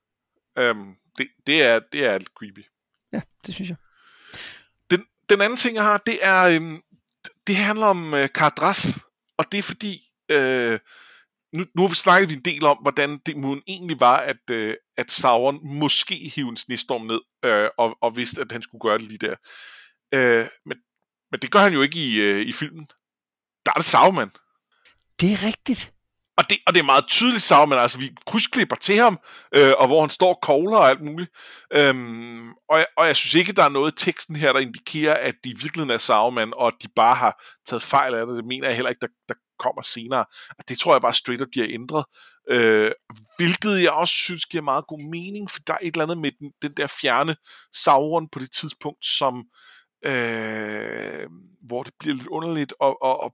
Speaker 2: Det er lidt creepy.
Speaker 1: Ja, det synes jeg.
Speaker 2: Den anden ting, jeg har, det er, det handler om Kardras, og det er fordi, nu har vi snakket en del om, hvordan det egentlig var, at Sauron måske hive en snestorm ned, og vidste, at han skulle gøre det lige der. Men det gør han jo ikke i filmen. Der er det Sauron.
Speaker 1: Det er rigtigt.
Speaker 2: Og det er meget tydeligt Sauron, altså vi krydsklipper til ham, og hvor han står og kogler og alt muligt. Og jeg synes ikke, der er noget i teksten her, der indikerer, at de i virkeligheden er Sauron, og at de bare har taget fejl af det. Det mener jeg heller ikke, der kommer senere. Altså, det tror jeg bare straight up, de har ændret. Hvilket jeg også synes giver meget god mening, for der er et eller andet med den der fjerne Sauron på det tidspunkt, som hvor det bliver lidt underligt, og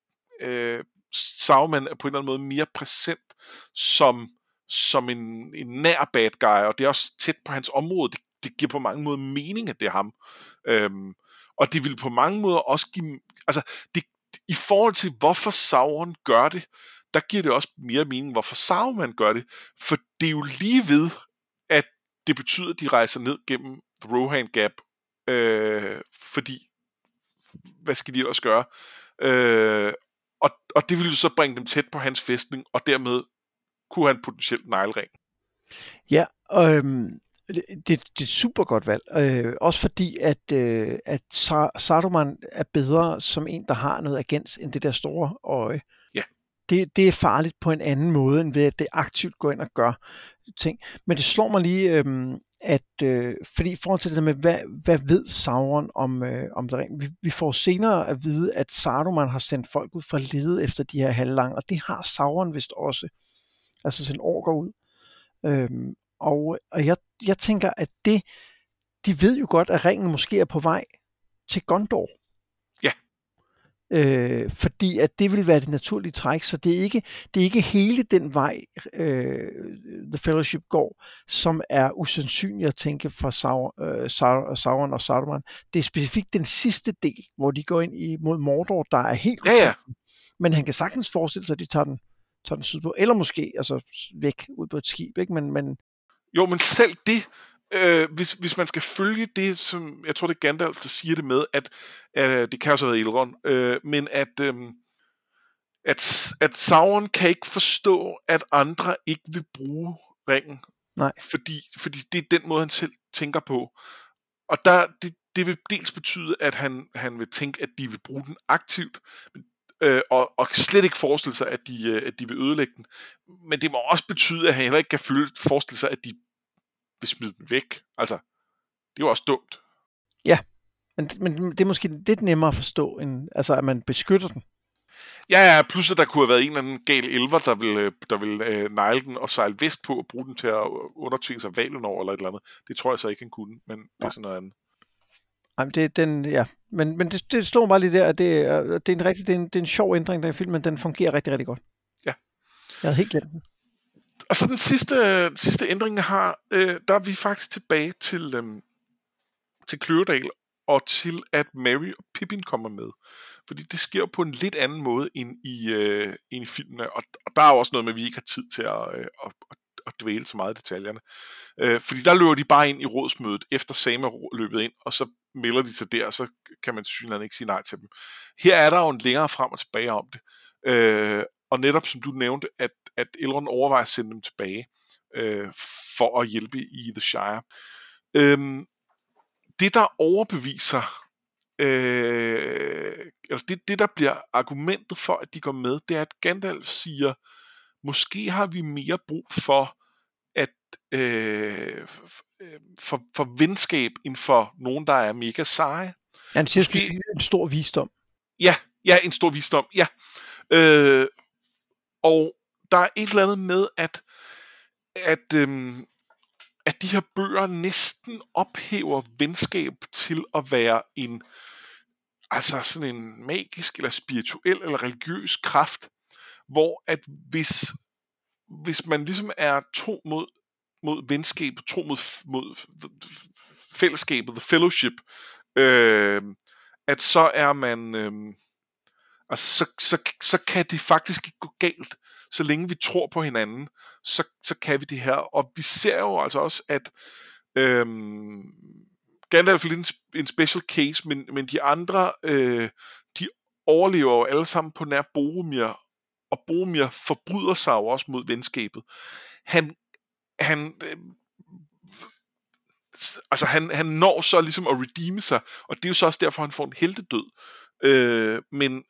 Speaker 2: Sauron er på en eller anden måde mere præsent som en nær bad guy, og det er også tæt på hans område. Det giver på mange måder mening, at det er ham. Og det vil på mange måder også give, altså i forhold til hvorfor Sauron gør det, der giver det også mere mening, hvorfor Sauron gør det, for det er jo lige ved, at det betyder, at de rejser ned gennem The Rohan Gap, fordi hvad skal de ellers gøre? Og det ville jo så bringe dem tæt på hans fæstning, og dermed kunne han potentielt neglering.
Speaker 1: Ja, det er et super godt valg. Også fordi, at Saruman er bedre som en, der har noget agens, end det der store øje.
Speaker 2: Ja.
Speaker 1: Det er farligt på en anden måde, end ved at det aktivt går ind og gør ting. Men det slår mig lige, fordi i forhold til det der med, hvad ved Sauron om det rent? Vi får senere at vide, at Saruman har sendt folk ud for at lede efter de her halvlange, og det har Sauron vist også. Altså sendt orker ud. Og jeg tænker, at de ved jo godt, at ringen måske er på vej til Gondor.
Speaker 2: Ja.
Speaker 1: Fordi at det vil være det naturlige træk, så det er ikke hele den vej, The Fellowship går, som er usandsynlig at tænke fra Sauron og Saruman. Det er specifikt den sidste del, hvor de går ind mod Mordor, der er helt
Speaker 2: ja.
Speaker 1: Men han kan sagtens forestille sig, at de tager den sydpå, eller måske altså væk ud på et skib, ikke? Men
Speaker 2: jo, men selv det, hvis man skal følge det, som jeg tror det er Gandalf, der siger det med, at det kan også have været Elrond, men at Sauron kan ikke forstå, at andre ikke vil bruge ringen.
Speaker 1: Nej.
Speaker 2: Fordi det er den måde, han selv tænker på. Og det vil dels betyde, at han vil tænke, at de vil bruge den aktivt, og slet ikke forestille sig, at de vil ødelægge den. Men det må også betyde, at han heller ikke kan forestille sig, at de vil smide den væk. Altså, det er jo også dumt.
Speaker 1: Ja, men det er måske lidt nemmere at forstå, end altså, at man beskytter den.
Speaker 2: Ja, plus at der kunne have været en eller anden gal elver, der ville negle den og sejle vest på og bruge den til at undertvinge sig Valinor eller et eller andet. Det tror jeg så ikke, han kunne, men det er sådan noget andet.
Speaker 1: Ej, men det står bare lige der, at det er en sjov ændring der i filmen, men den fungerer rigtig, rigtig godt.
Speaker 2: Ja.
Speaker 1: Jeg havde helt glemt den.
Speaker 2: Og så den sidste ændring, jeg har, der er vi faktisk tilbage til Kløvedal, og til at Merry og Pippin kommer med. Fordi det sker på en lidt anden måde end i filmene, og der er også noget med, at vi ikke har tid til at dvæle så meget i detaljerne. Fordi der løber de bare ind i rådsmødet, efter Sam er løbet ind, og så melder de sig der, og så kan man tilsyneladende ikke sige nej til dem. Her er der jo en længere frem og tilbage om det. Og netop som du nævnte, at Elrond overvejer at sende dem tilbage for at hjælpe i The Shire. Det der overbeviser eller det der bliver argumentet for at de går med, det er at Gandalf siger, måske har vi mere brug for at for venskab end for nogen der er mega seje.
Speaker 1: Han siger måske en stor visdom.
Speaker 2: Ja, en stor visdom. Ja. Og der er et eller andet med at de her bøger næsten ophæver venskab til at være en altså sådan en magisk eller spirituel eller religiøs kraft, hvor at hvis man ligesom er tro mod venskabet, tro mod fællesskabet, the fellowship, at så er man, altså så kan det faktisk ikke gå galt, så længe vi tror på hinanden, så kan vi det her, og vi ser jo altså også, at Gandalf er lidt en special case, men de andre, de overlever jo alle sammen på nær Boromir, og Boromir forbryder sig jo også mod venskabet. Han når så ligesom at redeeme sig, og det er jo så også derfor, han får en heltedød. Men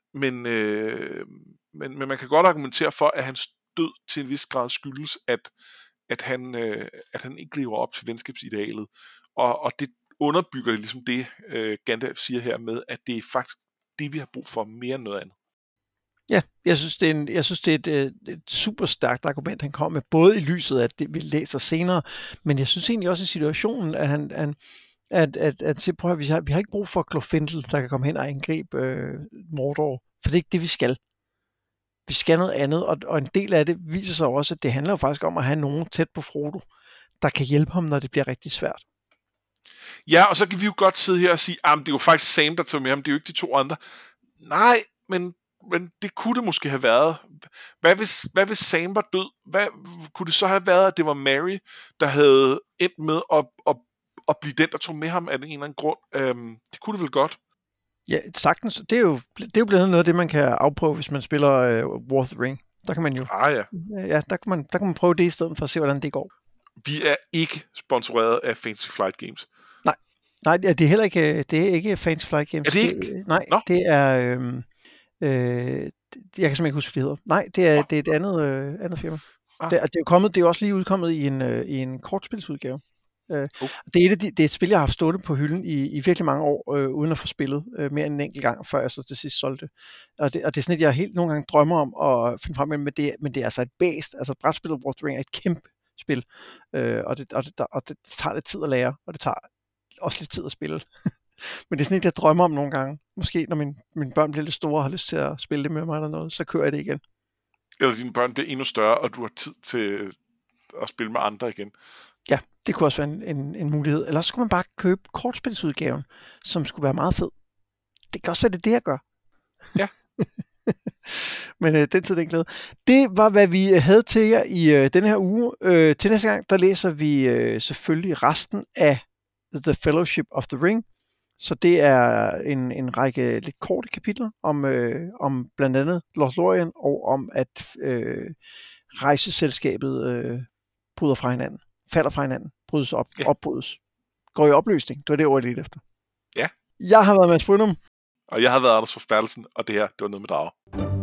Speaker 2: man kan godt argumentere for, at hans død til en vis grad skyldes, at han ikke lever op til venskabsidealet. Og det underbygger ligesom det, Gandalf siger her med, at det er faktisk det, vi har brug for mere end noget andet.
Speaker 1: Ja, jeg synes, det er et super stærkt argument, han kommer med, både i lyset af, at det vi læser senere, men jeg synes egentlig også i situationen, at han at prøv at vi har ikke brug for Glorfindel, der kan komme hen og angribe Mordor, for det er ikke det, vi skal. Vi skal noget andet, og en del af det viser sig også, at det handler jo faktisk om at have nogen tæt på Frodo, der kan hjælpe ham, når det bliver rigtig svært.
Speaker 2: Ja, og så kan vi jo godt sidde her og sige, at det er jo faktisk Sam, der tager med ham, det er jo ikke de to andre. Nej, men det kunne det måske have været. Hvad hvis Sam var død? Kunne det så have været, at det var Mary, der havde endt med at blive den, der tog med ham af en eller anden grund? Det kunne det vel godt.
Speaker 1: Ja, sagtens. Det er jo blandt andet noget af det, man kan afprøve, hvis man spiller War of the Ring. Der kan man jo... Ja, der kan man prøve det i stedet for at se, hvordan det går.
Speaker 2: Vi er ikke sponsoreret af Fantasy Flight Games.
Speaker 1: Nej, det er heller ikke, det er ikke Fantasy Flight Games.
Speaker 2: Er det ikke?
Speaker 1: Nej,
Speaker 2: Nå?
Speaker 1: Det er... jeg kan simpelthen ikke huske, hvad det hedder. Nej, det er et andet firma. Det er jo også lige udkommet i en kortspilsudgave. Det er et spil, jeg har haft stående på hylden i virkelig mange år, uden at få spillet mere end en enkelt gang, før jeg så til sidst solgte. Og det er sådan et, jeg helt nogle gange drømmer om at finde frem med, men det er altså et bæst. Altså brætspillet War of the Ring er et kæmpe spil, og det tager lidt tid at lære, og det tager også lidt tid at spille. Men det er sådan et, jeg drømmer om nogle gange. Måske når mine børn bliver lidt store og har lyst til at spille det med mig eller noget, så kører jeg det igen.
Speaker 2: Eller dine børn bliver endnu større, og du har tid til at spille med andre igen.
Speaker 1: Ja, det kunne også være en mulighed. Eller så skulle man bare købe kortspilsudgaven, som skulle være meget fed. Det kan også være, det jeg gør.
Speaker 2: Ja.
Speaker 1: Men den tid, den glæde. Det var, hvad vi havde til jer i denne her uge. Til næste gang, der læser vi selvfølgelig resten af The Fellowship of the Ring. Så det er en række lidt korte kapitler om blandt andet Lothlórien, og om at rejseselskabet bryder fra hinanden. Falder fra hinanden, brydes op, opbrydes, går i opløsning. Det var det ord, jeg lidt efter.
Speaker 2: Ja.
Speaker 1: Jeg har været Mads Brynum.
Speaker 2: Og jeg har været Anders Forfærdelsen, og det her, det var noget med drager.